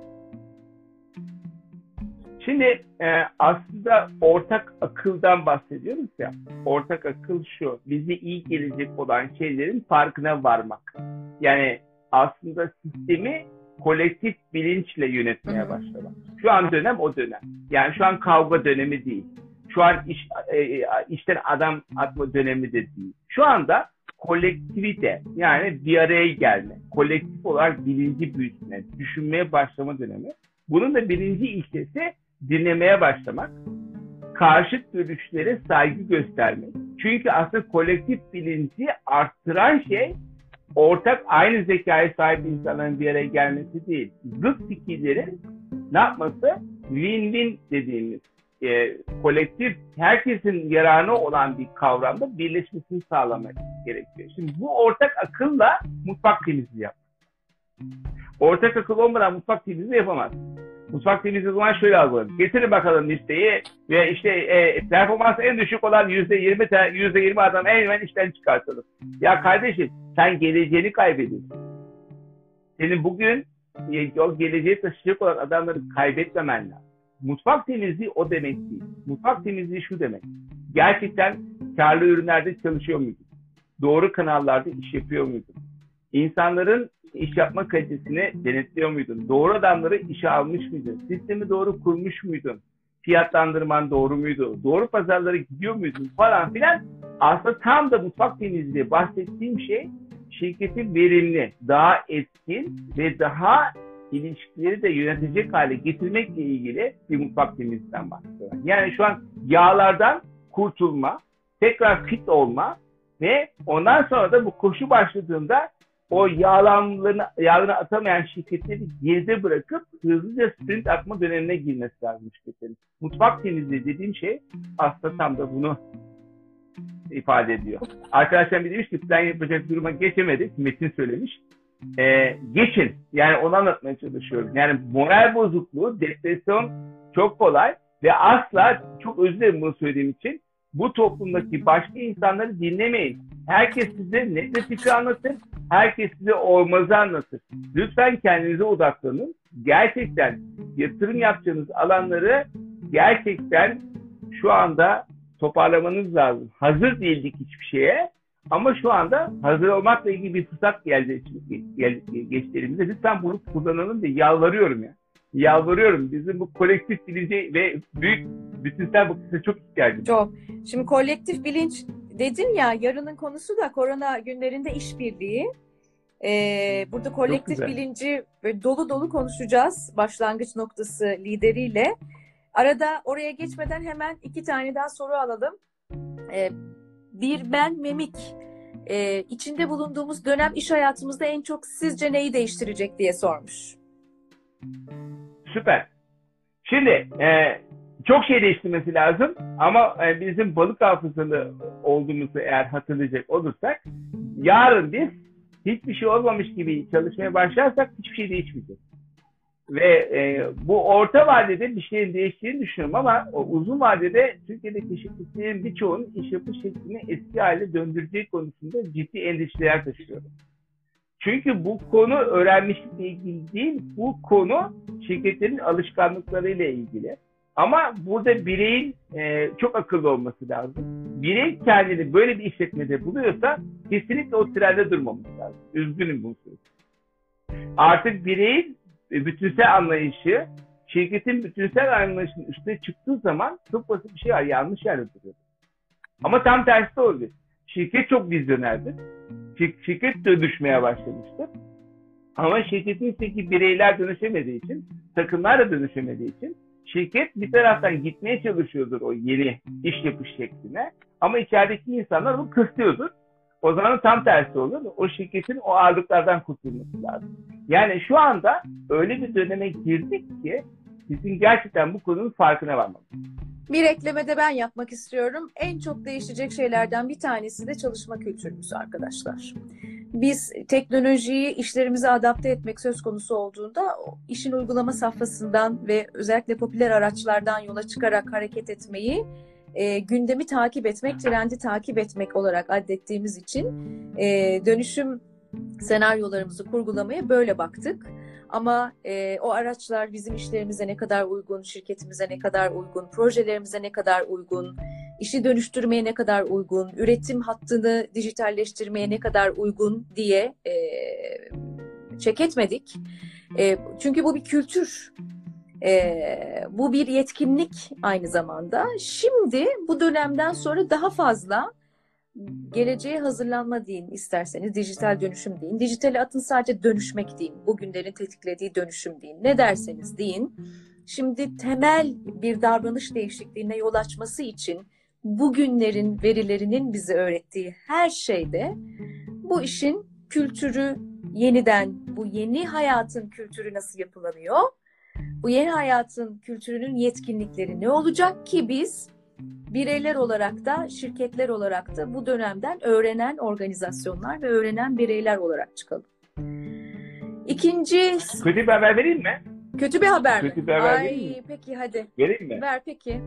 Speaker 2: Şimdi aslında ortak akıldan bahsediyoruz ya. Ortak akıl şu: bize iyi gelecek olan şeylerin farkına varmak. Yani aslında sistemi kolektif bilinçle yönetmeye başlamak. Şu an dönem o dönem. Yani şu an kavga dönemi değil. Şu an işten adam atma dönemi de değil. Şu anda kolektivite, yani bir araya gelme, kolektif olarak bilinci büyütme, düşünmeye başlama dönemi. Bunun da birinci ilkesi dinlemeye başlamak, karşıt görüşlere saygı göstermek. Çünkü aslında kolektif bilinci arttıran şey ortak aynı zekaya sahip insanların bir araya gelmesi değil. Zıt fikirlerin ne yapması? Win-win dediğimiz kolektif, herkesin yararına olan bir kavramda birleşmesini sağlamak gerekiyor. Şimdi bu ortak akılla mutfak temizliği yap. Ortak akıl olmadan mutfak temizliği yapamaz. Mutfak temizliği zaman şöyle algılanır: getirin bakalım listeyi ve işte performansı en düşük olan %20 adam hemen işten çıkartalım. Ya kardeşim, sen geleceğini kaybediyorsun. Senin bugün o geleceği taşıyacak olan adamları kaybetmemen lazım. Mutfak temizliği o demek değil. Mutfak temizliği şu demek: gerçekten karlı ürünlerde çalışıyor muydun? Doğru kanallarda iş yapıyor muydun? İnsanların iş yapma kalitesini denetliyor muydun? Doğru adamları işe almış mıydın? Sistemi doğru kurmuş muydun? Fiyatlandırman doğru muydu? Doğru pazarlara gidiyor muydun? Falan filan. Aslında tam da mutfak temizliği bahsettiğim şey, şirketi verimli, daha etkin ve daha ilişkileri de yönetecek hale getirmekle ilgili bir mutfak temizliğinden bahsediyorum. Yani şu an yağlardan kurtulma, tekrar fit olma ve ondan sonra da bu koşu başladığında o yağlarını atamayan şirketleri geride bırakıp hızlıca sprint atma dönemine girmesi lazım şirketlerin. Mutfak temizliği dediğim şey aslında tam da bunu ifade ediyor. Arkadaşlar bir demiş ki plan yapacak duruma geçemedik. Metin söylemiş. Geçin. Yani onu anlatmaya çalışıyorum. Yani moral bozukluğu, depresyon çok kolay ve asla, çok özür dilerim bunu söylediğim için, bu toplumdaki başka insanları dinlemeyin. Herkes size net fikri anlatır. Herkes size olmazı anlatır. Lütfen kendinize odaklanın. Gerçekten yatırım yapacağınız alanları gerçekten şu anda toparlamanız lazım. Hazır değildik hiçbir şeye. Ama şu anda hazır olmakla ilgili bir fırsat geçti elimize. Lütfen bunu kullanalım diye yalvarıyorum ya. Yalvarıyorum. Bizim bu kolektif bilince ve büyük bütünsel bakışa çok ihtiyacımız.
Speaker 1: Çok. Şimdi kolektif bilinç dedin ya, yarının konusu da korona günlerinde işbirliği. Burada kolektif bilinci dolu dolu konuşacağız. Başlangıç noktası lideriyle. Arada oraya geçmeden hemen 2 tane daha soru alalım. Bir ben Memik. İçinde bulunduğumuz dönem iş hayatımızda en çok sizce neyi değiştirecek diye sormuş.
Speaker 2: Süper. Şimdi çok şey değiştirmesi lazım ama bizim balık hafızalı olduğumuzu eğer hatırlayacak olursak, yarın biz hiçbir şey olmamış gibi çalışmaya başlarsak hiçbir şey değişmeyecek. Ve bu orta vadede bir şeyin değiştiğini düşünüyorum ama o uzun vadede Türkiye'deki şirketlerin birçoğunun iş yapış şeklini eski haline döndüreceği konusunda ciddi endişeler taşıyorum. Çünkü bu konu öğrenmişlikle ilgili değil, bu konu şirketlerin alışkanlıklarıyla ilgili. Ama burada bireyin çok akıllı olması lazım. Birey kendini böyle bir işletmede buluyorsa kesinlikle o trende durmaması lazım. Üzgünüm bunu söyleyeyim. Artık bireyin bütünsel anlayışı, şirketin bütünsel anlayışının üstüne çıktığı zaman çok basit bir şey var. Yanlış yerde duruyor. Ama tam tersi de oluyor. Şirket çok vizyonerdir. Şirket dönüşmeye başlamıştır. Ama şirketin içindeki bireyler dönüşemediği için, takımlar da dönüşemediği için şirket bir taraftan gitmeye çalışıyordur o yeni iş yapış şekline. Ama içerideki insanlar onu kısıyordur. O zaman tam tersi olur. O şirketin o ağırlıklardan kurtulması lazım. Yani şu anda öyle bir döneme girdik ki bizim gerçekten bu konunun farkına varmamız.
Speaker 1: Bir ekleme de ben yapmak istiyorum. En çok değişecek şeylerden bir tanesi de çalışma kültürümüz arkadaşlar. Biz teknolojiyi işlerimize adapte etmek söz konusu olduğunda işin uygulama safhasından ve özellikle popüler araçlardan yola çıkarak hareket etmeyi gündemi takip etmek, trendi takip etmek olarak addettiğimiz için dönüşüm senaryolarımızı kurgulamaya böyle baktık. Ama o araçlar bizim işlerimize ne kadar uygun, şirketimize ne kadar uygun, projelerimize ne kadar uygun, işi dönüştürmeye ne kadar uygun, üretim hattını dijitalleştirmeye ne kadar uygun diye check etmedik. Çünkü bu bir kültür. Bu bir yetkinlik aynı zamanda. Şimdi bu dönemden sonra daha fazla geleceğe hazırlanma deyin isterseniz, dijital dönüşüm deyin. Dijitale atın sadece dönüşmek deyin. Bugünlerin tetiklediği dönüşüm deyin. Ne derseniz deyin. Şimdi temel bir davranış değişikliğine yol açması için bugünlerin verilerinin bize öğrettiği her şeyde bu işin kültürü yeniden, bu yeni hayatın kültürü nasıl yapılanıyor? Bu yeni hayatın kültürünün yetkinlikleri ne olacak ki biz bireyler olarak da şirketler olarak da bu dönemden öğrenen organizasyonlar ve öğrenen bireyler olarak çıkalım. İkinci...
Speaker 2: Kötü bir haber vereyim mi?
Speaker 1: Kötü bir haber mi?
Speaker 2: Kötü bir haber vereyim mi?
Speaker 1: Peki hadi.
Speaker 2: Vereyim mi?
Speaker 1: Ver peki.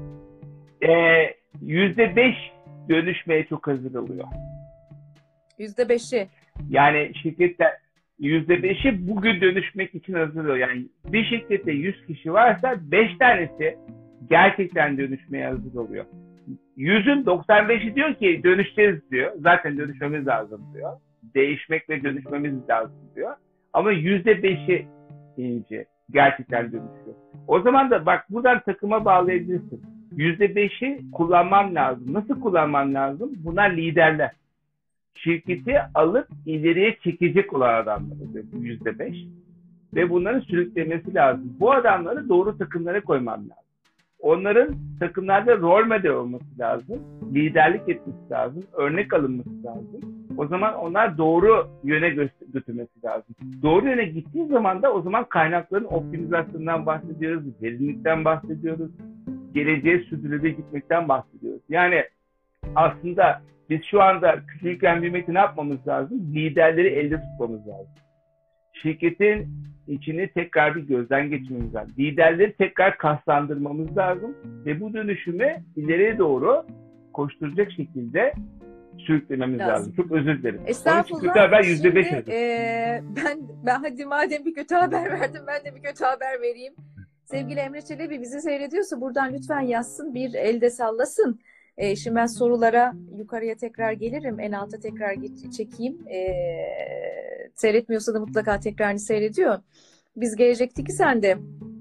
Speaker 2: %5 dönüşmeye çok hazır oluyor.
Speaker 1: %5'i.
Speaker 2: Yani şirketler %5'i bugün dönüşmek için hazırlıyor. Yani bir şirkette 100 kişi varsa 5 tanesi gerçekten dönüşmeye hazır oluyor. 100'ün 95'i diyor ki dönüşeceğiz diyor. Zaten dönüşmemiz lazım diyor. Değişmek ve dönüşmemiz lazım diyor. Ama %5'i ince gerçekten dönüşüyor. O zaman da bak buradan takıma bağlayabilirsin. %5'i kullanman lazım. Nasıl kullanman lazım? Bunlar liderler. Şirketi alıp ileriye çekecek olan adamlar %5 ve bunların sürüklemesi lazım. Bu adamları doğru takımlara koyman lazım. Onların takımlarda rol model olması lazım, liderlik etmesi lazım, örnek alınması lazım. O zaman onlar doğru yöne götürmesi lazım. Doğru yöne gittiği zaman da o zaman kaynakların optimizasyonundan bahsediyoruz, verimlilikten bahsediyoruz, geleceğe sürdürülebilir gitmekten bahsediyoruz. Yani aslında biz şu anda küçülürken büyümekte ne yapmamız lazım? Liderleri elde tutmamız lazım. Şirketin içini tekrar bir gözden geçirmemiz lazım. Liderleri tekrar kaslandırmamız lazım ve bu dönüşümü ileriye doğru koşturacak şekilde sürüklememiz lazım. Çok özür dilerim.
Speaker 1: Estağfurullah.
Speaker 2: Kötü haber %5.
Speaker 1: Ben hadi madem bir kötü haber verdim, ben de bir kötü haber vereyim. Sevgili Emre Çelebi bizi seyrediyorsa buradan lütfen yazsın, bir elde sallasın. Şimdi ben sorulara yukarıya tekrar gelirim. En alta tekrar çekeyim. Seyretmiyorsa da mutlaka tekrarını seyrediyor. Biz gelecektik ki sen de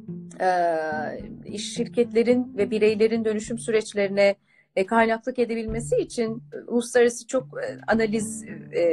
Speaker 1: iş şirketlerin ve bireylerin dönüşüm süreçlerine kaynaklık edebilmesi için uluslararası çok analiz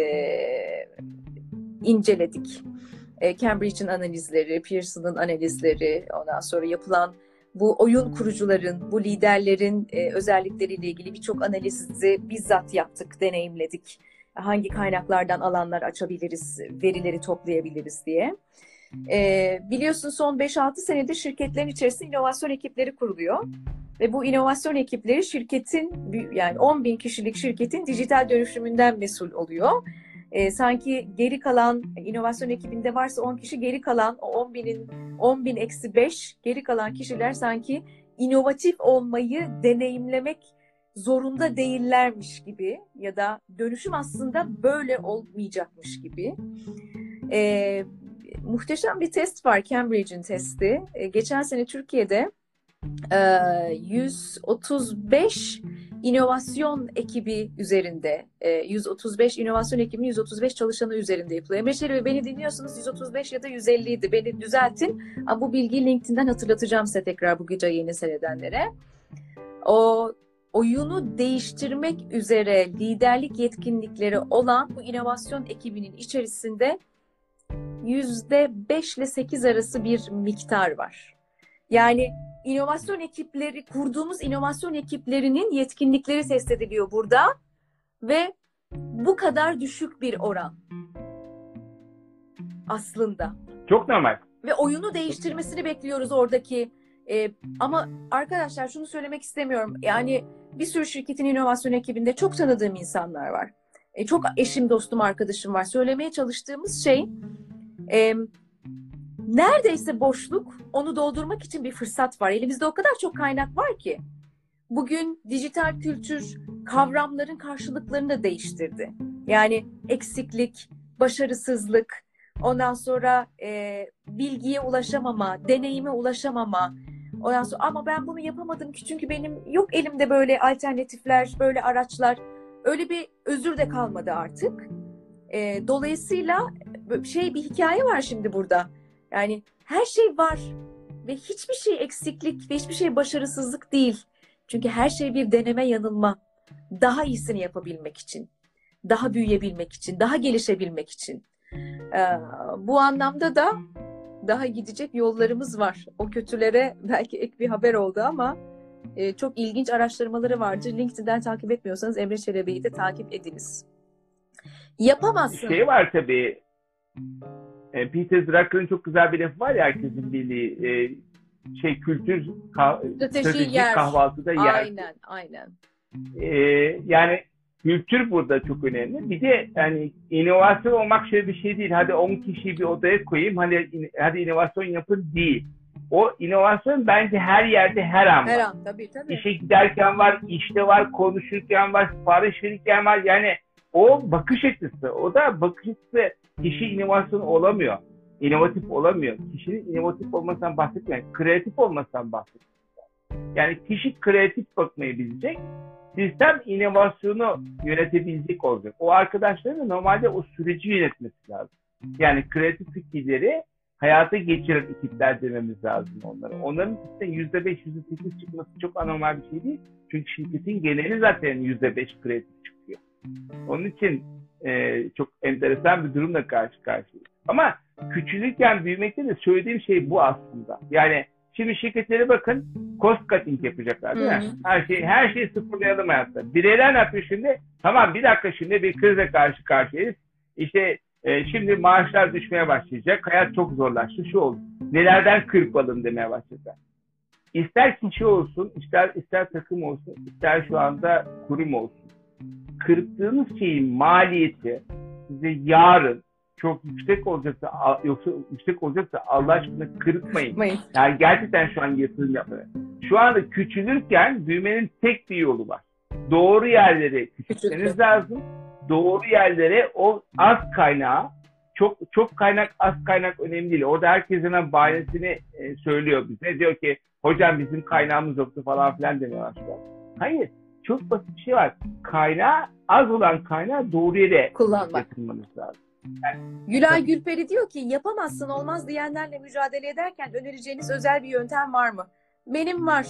Speaker 1: inceledik. Cambridge'in analizleri, Pearson'ın analizleri, ondan sonra yapılan bu oyun kurucuların, bu liderlerin özellikleriyle ilgili birçok analizi bizzat yaptık, deneyimledik. Hangi kaynaklardan alanlar açabiliriz, verileri toplayabiliriz diye. Biliyorsun son 5-6 senedir şirketlerin içerisinde inovasyon ekipleri kuruluyor. Ve bu inovasyon ekipleri şirketin, yani 10.000 kişilik şirketin dijital dönüşümünden mesul oluyor. Sanki geri kalan inovasyon ekibinde varsa 10 kişi, geri kalan o 10 bin eksi 5 geri kalan kişiler sanki inovatif olmayı deneyimlemek zorunda değillermiş gibi ya da dönüşüm aslında böyle olmayacakmış gibi. Muhteşem bir test var, Cambridge'in testi. Geçen sene Türkiye'de 135 inovasyon ekibi üzerinde, 135 inovasyon ekibinin 135 çalışanı üzerinde yapılıyor. Emre Çelebi, beni dinliyorsunuz, 135 ya da 150 idi. Beni düzeltin. Ama bu bilgiyi LinkedIn'den hatırlatacağım size tekrar, bu gece yeni seyredenlere. O oyunu değiştirmek üzere liderlik yetkinlikleri olan bu inovasyon ekibinin içerisinde %5 ile 8 arası bir miktar var. Yani inovasyon ekipleri, kurduğumuz inovasyon ekiplerinin yetkinlikleri test ediliyor burada ve bu kadar düşük bir oran aslında.
Speaker 2: Çok normal.
Speaker 1: Ve oyunu değiştirmesini bekliyoruz oradaki. Ama arkadaşlar şunu söylemek istemiyorum. Yani bir sürü şirketin inovasyon ekibinde çok tanıdığım insanlar var. Çok eşim, dostum, arkadaşım var. Söylemeye çalıştığımız şey neredeyse boşluk, onu doldurmak için bir fırsat var. Elimizde o kadar çok kaynak var ki. Bugün dijital kültür kavramların karşılıklarını da değiştirdi. Yani eksiklik, başarısızlık, ondan sonra bilgiye ulaşamama, deneyime ulaşamama. Ondan sonra ama ben bunu yapamadım ki çünkü benim yok elimde böyle alternatifler, böyle araçlar. Öyle bir özür de kalmadı artık. Dolayısıyla bir hikaye var şimdi burada. Yani her şey var ve hiçbir şey eksiklik ve hiçbir şey başarısızlık değil. Çünkü her şey bir deneme yanılma. Daha iyisini yapabilmek için, daha büyüyebilmek için, daha gelişebilmek için. Bu anlamda da daha gidecek yollarımız var. O kötülere belki ek bir haber oldu ama çok ilginç araştırmaları vardır. LinkedIn'den takip etmiyorsanız Emre Çelebi'yi de takip ediniz. Yapamazsın.
Speaker 2: Şey var tabii. Peter Drucker'ın çok güzel bir lafı var ya, herkesin bildiği kültür strateji kahvaltıda yer.
Speaker 1: Aynen.
Speaker 2: Yani kültür burada çok önemli. Bir de yani inovasyon olmak şöyle bir şey değil. Hadi 10 kişiyi bir odaya koyayım, hadi inovasyon yapın değil. O inovasyon bence her yerde, her an var.
Speaker 1: Her an, tabii.
Speaker 2: İşe giderken var, işte var, konuşurken var, sipariş verirken var. Yani o bakış açısı. O da bakış açısı kişi inovasyon olamıyor. İnovatif olamıyor. Kişinin inovatif olmasından bahsetmiyorum. Kreatif olmasından bahsediyorum. Yani kişi kreatif bakmayı bilecek. Sistem inovasyonu yönetebilecek olacak. O arkadaşların normalde o süreci yönetmesi lazım. Yani kreatif fikirleri hayata geçiren ekipler dememiz lazım onlara. Onların içinden %5, %8 çıkması çok anormal bir şey değil. Çünkü şirketin geneli zaten %5 kreatif çıkıyor. Onun için çok enteresan bir durumla karşı karşıyayız. Ama küçülürken büyümekte de söylediğim şey bu aslında. Yani şimdi şirketlere bakın, cost cutting yapacaklar değil mi? Her şeyi sıfırlayalım hayatta. Bireyler ne yapıyor şimdi? Tamam, bir dakika, şimdi bir krize karşı karşıyayız. İşte şimdi maaşlar düşmeye başlayacak. Hayat çok zorlaştı. Şu oldu. Nelerden kırpalım demeye başladılar. İster kişi olsun, ister takım olsun, ister şu anda kurum olsun. Kırptığınız şeyin maliyeti size yarın çok yüksek olacaksa, Allah aşkına kırpmayın. Yani gerçekten şu an yatırım yapmayın. Şu anda küçülürken büyümenin tek bir yolu var. Doğru yerlere küçülmeniz lazım. Doğru yerlere o az kaynağı, çok kaynak, az kaynak önemli değil. Orada herkes hemen bahanesini söylüyor bize. Diyor ki hocam bizim kaynağımız yoktu falan filan demiyor aslında. Hayır. Çok basit bir şey var. Az olan kaynağı doğru yere yatırmanız lazım. Yani,
Speaker 1: Gülay Gülperi diyor ki yapamazsın, olmaz diyenlerle mücadele ederken önereceğiniz özel bir yöntem var mı? Benim var.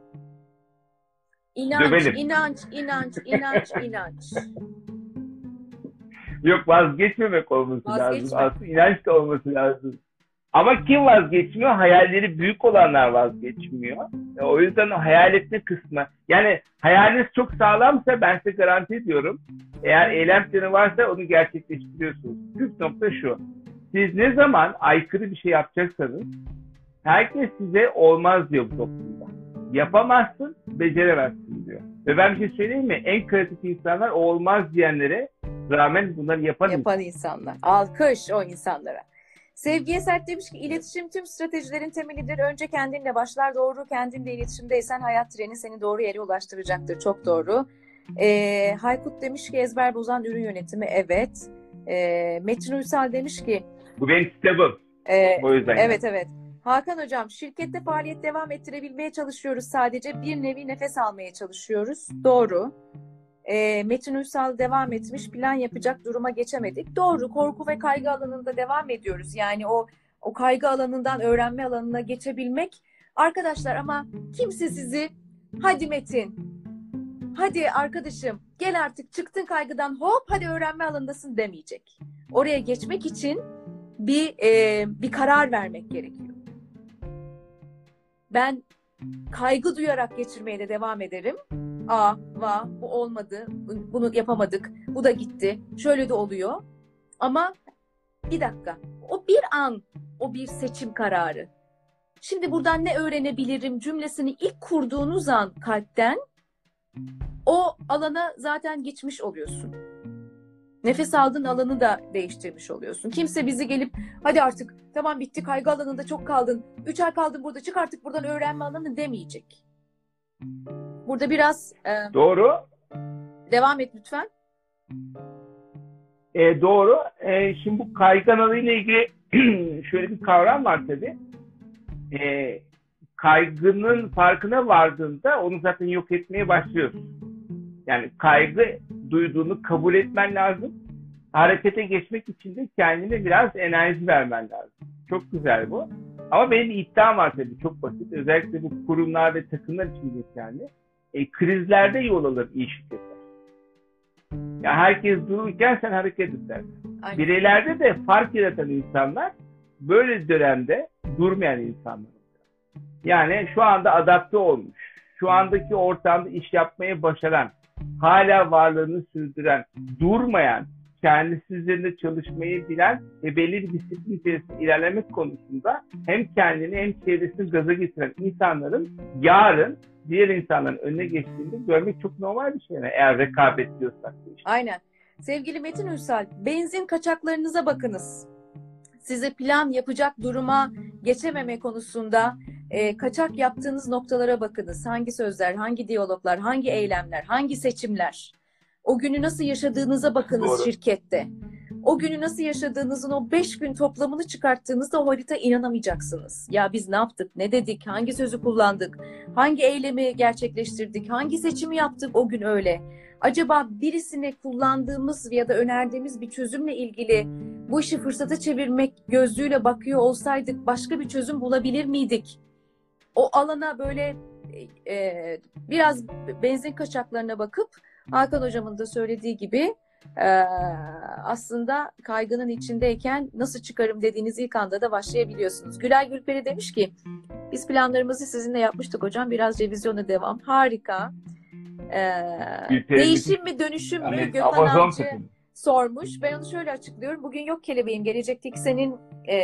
Speaker 1: İnanç.
Speaker 2: Yok, vazgeçmemek olması lazım. Aslında inanç da olması lazım. Ama kim vazgeçmiyor? Hayalleri büyük olanlar vazgeçmiyor. O yüzden o hayal etme kısmı. Yani hayaliniz çok sağlamsa ben size garanti ediyorum. Eğer eylem planı varsa onu gerçekleştiriyorsunuz. Püf nokta şu. Siz ne zaman aykırı bir şey yapacaksanız herkes size olmaz diyor bu toplumda. Yapamazsın, beceremezsin diyor. Ve ben bir şey söyleyeyim mi? En kreatif insanlar o olmaz diyenlere rağmen bunları
Speaker 1: Yapan insanlar. Alkış o insanlara. Sevgiye Sert demiş ki iletişim tüm stratejilerin temelidir. Önce kendinle başlar. Doğru, kendinle iletişimdeysen hayat treni seni doğru yere ulaştıracaktır. Çok doğru. Haykut demiş ki ezber bozan ürün yönetimi. Evet. Metin Uysal demiş ki
Speaker 2: bu benim kitabım. O yüzden
Speaker 1: evet evet. Hakan hocam şirkette faaliyet devam ettirebilmeye çalışıyoruz sadece. Bir nevi nefes almaya çalışıyoruz. Doğru. Metin Uysal devam etmiş. Plan yapacak duruma geçemedik. Doğru. Korku ve kaygı alanında devam ediyoruz. Yani o kaygı alanından öğrenme alanına geçebilmek. Arkadaşlar ama kimse sizi hadi Metin, hadi arkadaşım gel artık çıktın kaygıdan hop hadi öğrenme alanındasın demeyecek. Oraya geçmek için bir karar vermek gerekiyor. Ben kaygı duyarak geçirmeye de devam ederim. Bu olmadı, bunu yapamadık, bu da gitti, şöyle de oluyor. Ama bir dakika, o bir an, o bir seçim kararı. Şimdi buradan ne öğrenebilirim cümlesini ilk kurduğunuz an kalpten o alana zaten geçmiş oluyorsun. Nefes aldığın alanı da değiştirmiş oluyorsun. Kimse bizi gelip hadi artık tamam bitti kaygı alanında çok kaldın, 3 ay kaldın burada çık artık buradan öğrenme alanı demeyecek. Burada biraz
Speaker 2: doğru.
Speaker 1: Devam et lütfen.
Speaker 2: Doğru. Şimdi bu kaygı alanıyla ilgili şöyle bir kavram var tabii. Kaygının farkına vardığında onu zaten yok etmeye başlıyorsun. Yani kaygı duyduğunu kabul etmen lazım. Harekete geçmek için de kendine biraz enerji vermen lazım. Çok güzel bu. Ama benim bir iddiam var tabii çok basit. Özellikle bu kurumlar ve takımlar için geçerli. Krizlerde yol alır iyi şirketler. Ya herkes dururken sen hareket edersin. Bireylerde de fark yaratan insanlar böyle dönemde durmayan insanlar. Yani şu anda adapte olmuş, şu andaki ortamda iş yapmayı başaran, hala varlığını sürdüren, durmayan, kendisi üzerinde çalışmayı bilen ve belli bir disiplin içerisinde ilerlemek konusunda hem kendini hem çevresini gaza getiren insanların yarın diğer insanların önüne geçtiğinde görmek çok normal bir şey. Yani eğer rekabet diyorsak. Işte.
Speaker 1: Aynen. Sevgili Metin Ünsal, benzin kaçaklarınıza bakınız. Size plan yapacak duruma geçememe konusunda kaçak yaptığınız noktalara bakınız. Hangi sözler, hangi diyaloglar, hangi eylemler, hangi seçimler? O günü nasıl yaşadığınıza bakınız. Doğru. Şirkette. O günü nasıl yaşadığınızın o 5 gün toplamını çıkarttığınızda o harita inanamayacaksınız. Ya biz ne yaptık, ne dedik, hangi sözü kullandık, hangi eylemi gerçekleştirdik, hangi seçimi yaptık o gün öyle. Acaba birisine kullandığımız ya da önerdiğimiz bir çözümle ilgili bu işi fırsata çevirmek gözlüğüyle bakıyor olsaydık başka bir çözüm bulabilir miydik? O alana böyle biraz benzin kaçaklarına bakıp Hakan hocamın da söylediği gibi aslında kaygının içindeyken nasıl çıkarım dediğiniz ilk anda da başlayabiliyorsunuz. Gülay Gülperi demiş ki biz planlarımızı sizinle yapmıştık hocam, biraz revizyona devam. Harika. Değişim mi dönüşüm mü? Gökhan Avcı sormuş. Ben onu şöyle açıklıyorum. Bugün yok kelebeğim. Gelecekteki senin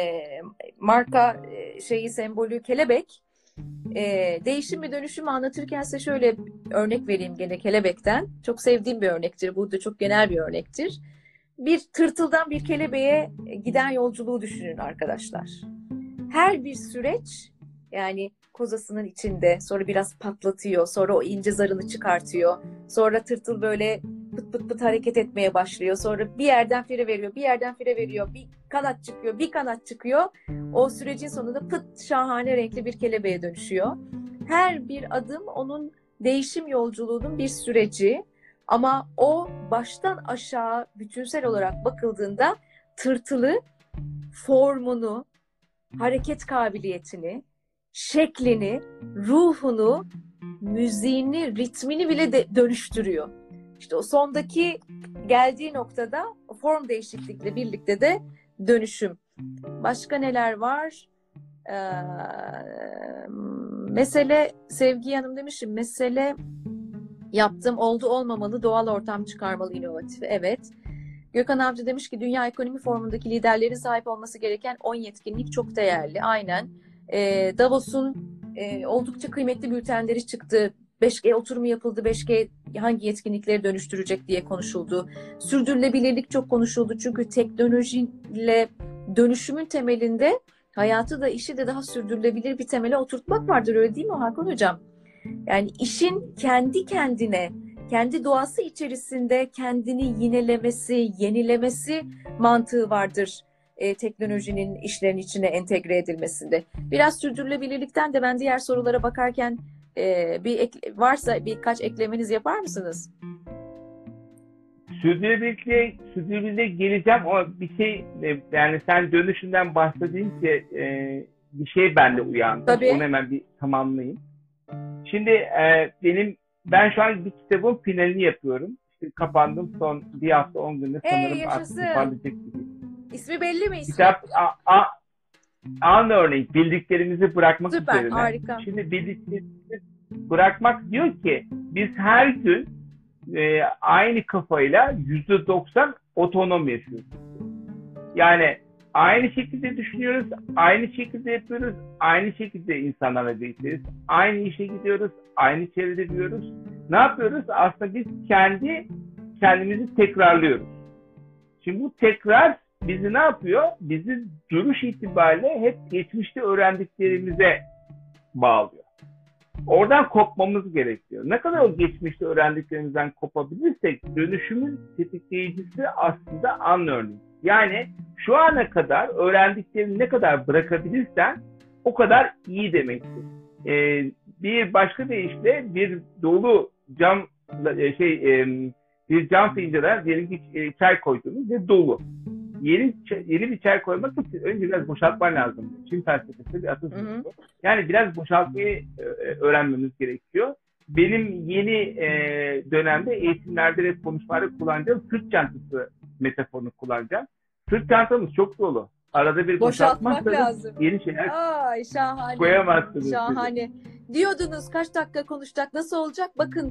Speaker 1: marka sembolü kelebek. Değişim mi dönüşüm mü anlatırken size şöyle örnek vereyim gene kelebekten. Çok sevdiğim bir örnektir. Bu da çok genel bir örnektir. Bir tırtıldan bir kelebeğe giden yolculuğu düşünün arkadaşlar. Her bir süreç yani kozasının içinde sonra biraz patlatıyor. Sonra o ince zarını çıkartıyor. Sonra tırtıl böyle pıt pıt pıt hareket etmeye başlıyor. Sonra bir yerden fire veriyor, bir yerden fire veriyor. Bir kanat çıkıyor, bir kanat çıkıyor. O sürecin sonunda pıt şahane renkli bir kelebeğe dönüşüyor. Her bir adım onun değişim yolculuğunun bir süreci. Ama o baştan aşağı bütünsel olarak bakıldığında tırtılı formunu, hareket kabiliyetini, şeklini, ruhunu, müziğini, ritmini bile dönüştürüyor. İşte o sondaki geldiği noktada o form değişiklikle birlikte de dönüşüm. Başka neler var? Mesele, Sevgi Hanım demişim, mesele yaptım, oldu olmamalı, doğal ortam çıkarmalı, inovatif. Evet. Gökhan Avcı demiş ki Dünya Ekonomi Forumu'ndaki liderlerin sahip olması gereken 10 yetkinlik çok değerli. Aynen. Davos'un oldukça kıymetli bültenleri çıktı. 5G oturumu yapıldı. 5G hangi yetkinlikleri dönüştürecek diye konuşuldu. Sürdürülebilirlik çok konuşuldu. Çünkü teknolojiyle dönüşümün temelinde hayatı da işi de daha sürdürülebilir bir temele oturtmak vardır. Öyle değil mi Hakan Hocam? Yani işin kendi kendine, kendi doğası içerisinde kendini yinelemesi, yenilemesi mantığı vardır teknolojinin işlerin içine entegre edilmesinde. Biraz sürdürülebilirlikten de ben diğer sorulara bakarken varsa birkaç eklemeniz yapar mısınız?
Speaker 2: Sürdürülebilirliğe geleceğim ama bir şey, yani sen dönüşümden bahsedince bir şey bende uyandı.
Speaker 1: Tabii.
Speaker 2: Onu hemen bir tamamlayayım. Şimdi ben şu an bir kitabın finalini yapıyorum. İşte kapandım, son bir hafta 10 günde sanırım artık toparlayacak gibi.
Speaker 1: İsmi belli mi?
Speaker 2: Kitap Unlearning, bildiklerimizi bırakmak
Speaker 1: Süper,
Speaker 2: üzerine.
Speaker 1: harika.
Speaker 2: Şimdi bildiklerimizi bırakmak diyor ki biz her gün aynı kafayla %90 otonom yaşıyoruz. Yani aynı şekilde düşünüyoruz, aynı şekilde yapıyoruz, aynı şekilde insanlarla birlikteyiz, aynı işe gidiyoruz, aynı çevrede büyüyoruz. Ne yapıyoruz? Aslında biz kendimizi tekrarlıyoruz. Şimdi bu tekrar bizi ne yapıyor? Bizi duruş itibariyle hep geçmişte öğrendiklerimize bağlıyor. Oradan kopmamız gerekiyor. Ne kadar o geçmişte öğrendiklerimizden kopabilirsek dönüşümün tetikleyicisi aslında unlearning. Yani şu ana kadar öğrendiklerini ne kadar bırakabilirsen o kadar iyi demektir. Bir başka deyişle bir dolu bir cam fincanına diyelim ki çay koydunuz ve dolu. Yeni bir çay koymak için önce biraz boşaltman lazım. Çin felsefesi bir atasözü bu. Yani biraz boşaltmayı öğrenmemiz gerekiyor. Benim yeni dönemde eğitimlerde ve konuşmalarda kullanacağım sırt çantası metaforunu kullanacağım. Sırt çantamız çok dolu. Arada bir
Speaker 1: boşaltmak lazım.
Speaker 2: Yeni şeyler
Speaker 1: şahane.
Speaker 2: koyamazsınız.
Speaker 1: Şahane. Diyordunuz kaç dakika konuşacak, nasıl olacak? Bakın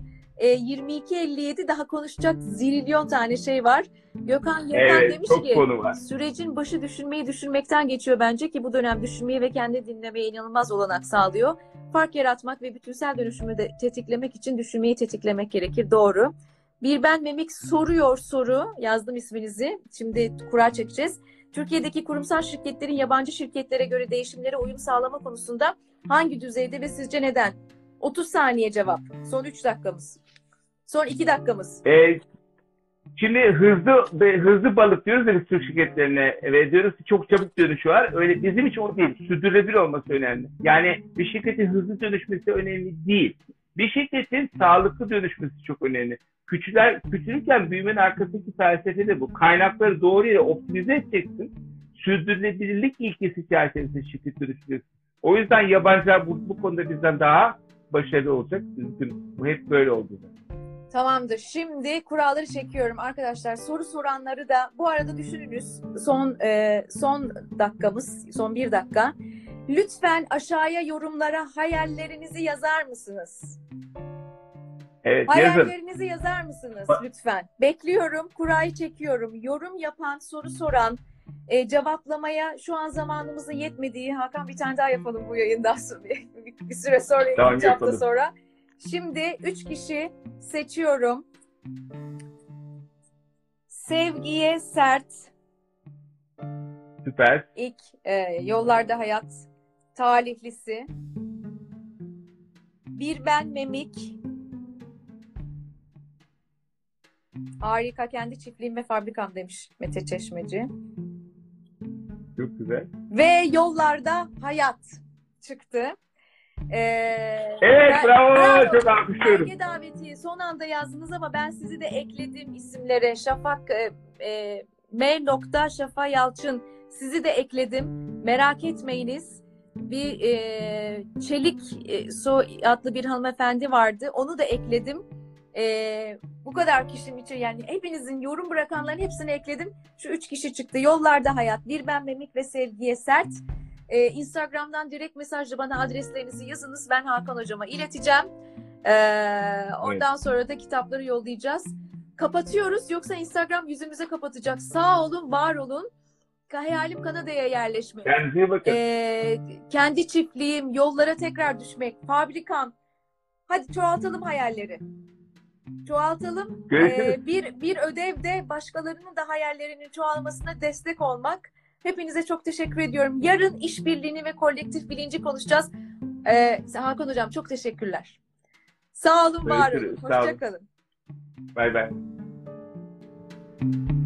Speaker 1: 22.57 daha konuşacak zilyon tane şey var. Gökhan demiş ki sürecin başı düşünmeyi düşünmekten geçiyor bence ki bu dönem düşünmeyi ve kendi dinlemeye inanılmaz olanak sağlıyor. Fark yaratmak ve bütünsel dönüşümü de tetiklemek için düşünmeyi tetiklemek gerekir. Doğru. Bir ben Memik soru yazdım isminizi. Şimdi kura çekeceğiz. Türkiye'deki kurumsal şirketlerin yabancı şirketlere göre değişimlere uyum sağlama konusunda hangi düzeyde ve sizce neden? 30 saniye cevap. Son 3 dakikamız. Son 2 dakikamız.
Speaker 2: Şimdi hızlı balık diyoruz da biz Türk şirketlerine ve diyoruz ki çok çabuk dönüşü var. Öyle bizim için o değil. Sürdürülebilir olması önemli. Yani bir şirketin hızlı dönüşmesi önemli değil. Bir şirketin sağlıklı dönüşmesi çok önemli. Küçülürken büyümenin arkasındaki felsefe de bu. Kaynakları doğru yere optimize edeceksin. Sürdürülebilirlik ilkesi çerçevesinde şirket dönüştürüyorsun. O yüzden yabancılar bu konuda bizden daha başarılı olacak. Bu hep böyle oldu.
Speaker 1: Tamamdır. Şimdi kuralları çekiyorum arkadaşlar. Soru soranları da bu arada düşününüz. Son dakikamız, son 1 dakika. Lütfen aşağıya yorumlara hayallerinizi yazar mısınız?
Speaker 2: Evet,
Speaker 1: hayallerinizi yazar mısınız lütfen? Bekliyorum. Kurayı çekiyorum. Yorum yapan, soru soran, cevaplamaya şu an zamanımızın yetmediği, Hakan bir tane daha yapalım bu yayından sonra. bir süre sonra,
Speaker 2: tamam,
Speaker 1: 2 hafta sonra. Şimdi 3 kişi seçiyorum. Sevgiye sert.
Speaker 2: Süper.
Speaker 1: İlk yollarda hayat. Talihlisi. Bir ben Memik. Harika, kendi çiftliğim ve fabrikam demiş Mete Çeşmeci.
Speaker 2: Çok güzel.
Speaker 1: Ve yollarda hayat çıktı.
Speaker 2: Evet, bravo. Çok alkışlıyorum.
Speaker 1: Belge davetiye son anda yazdınız ama ben sizi de ekledim isimlere. Şafak M. Şafa Yalçın, sizi de ekledim. Merak etmeyiniz. Bir Çelik adlı bir hanımefendi vardı. Onu da ekledim. Bu kadar kişinin için, yani hepinizin yorum bırakanların hepsini ekledim. Şu 3 kişi çıktı. Yollarda hayat, bir ben Memik ve sevgiye sert. Instagram'dan direkt mesajla bana adreslerinizi yazınız. Ben Hakan hocama ileteceğim. Ondan sonra da kitapları yollayacağız. Kapatıyoruz, yoksa Instagram yüzümüze kapatacak. Sağ olun, var olun. Hayalim Kanada'ya yerleşmek.
Speaker 2: Kendinize bakın.
Speaker 1: Kendi çiftliğim, yollara tekrar düşmek, fabrikam. Hadi çoğaltalım hayalleri. Çoğaltalım.
Speaker 2: Görüşürüz.
Speaker 1: Bir ödevde başkalarının da hayallerinin çoğalmasına destek olmak. Hepinize çok teşekkür ediyorum. Yarın işbirliğini ve kolektif bilinci konuşacağız. Hakan Hocam çok teşekkürler. Sağ olun, var olun.
Speaker 2: Görüşürüz. Sağ olun.
Speaker 1: Hoşça kalın.
Speaker 2: Bay bay.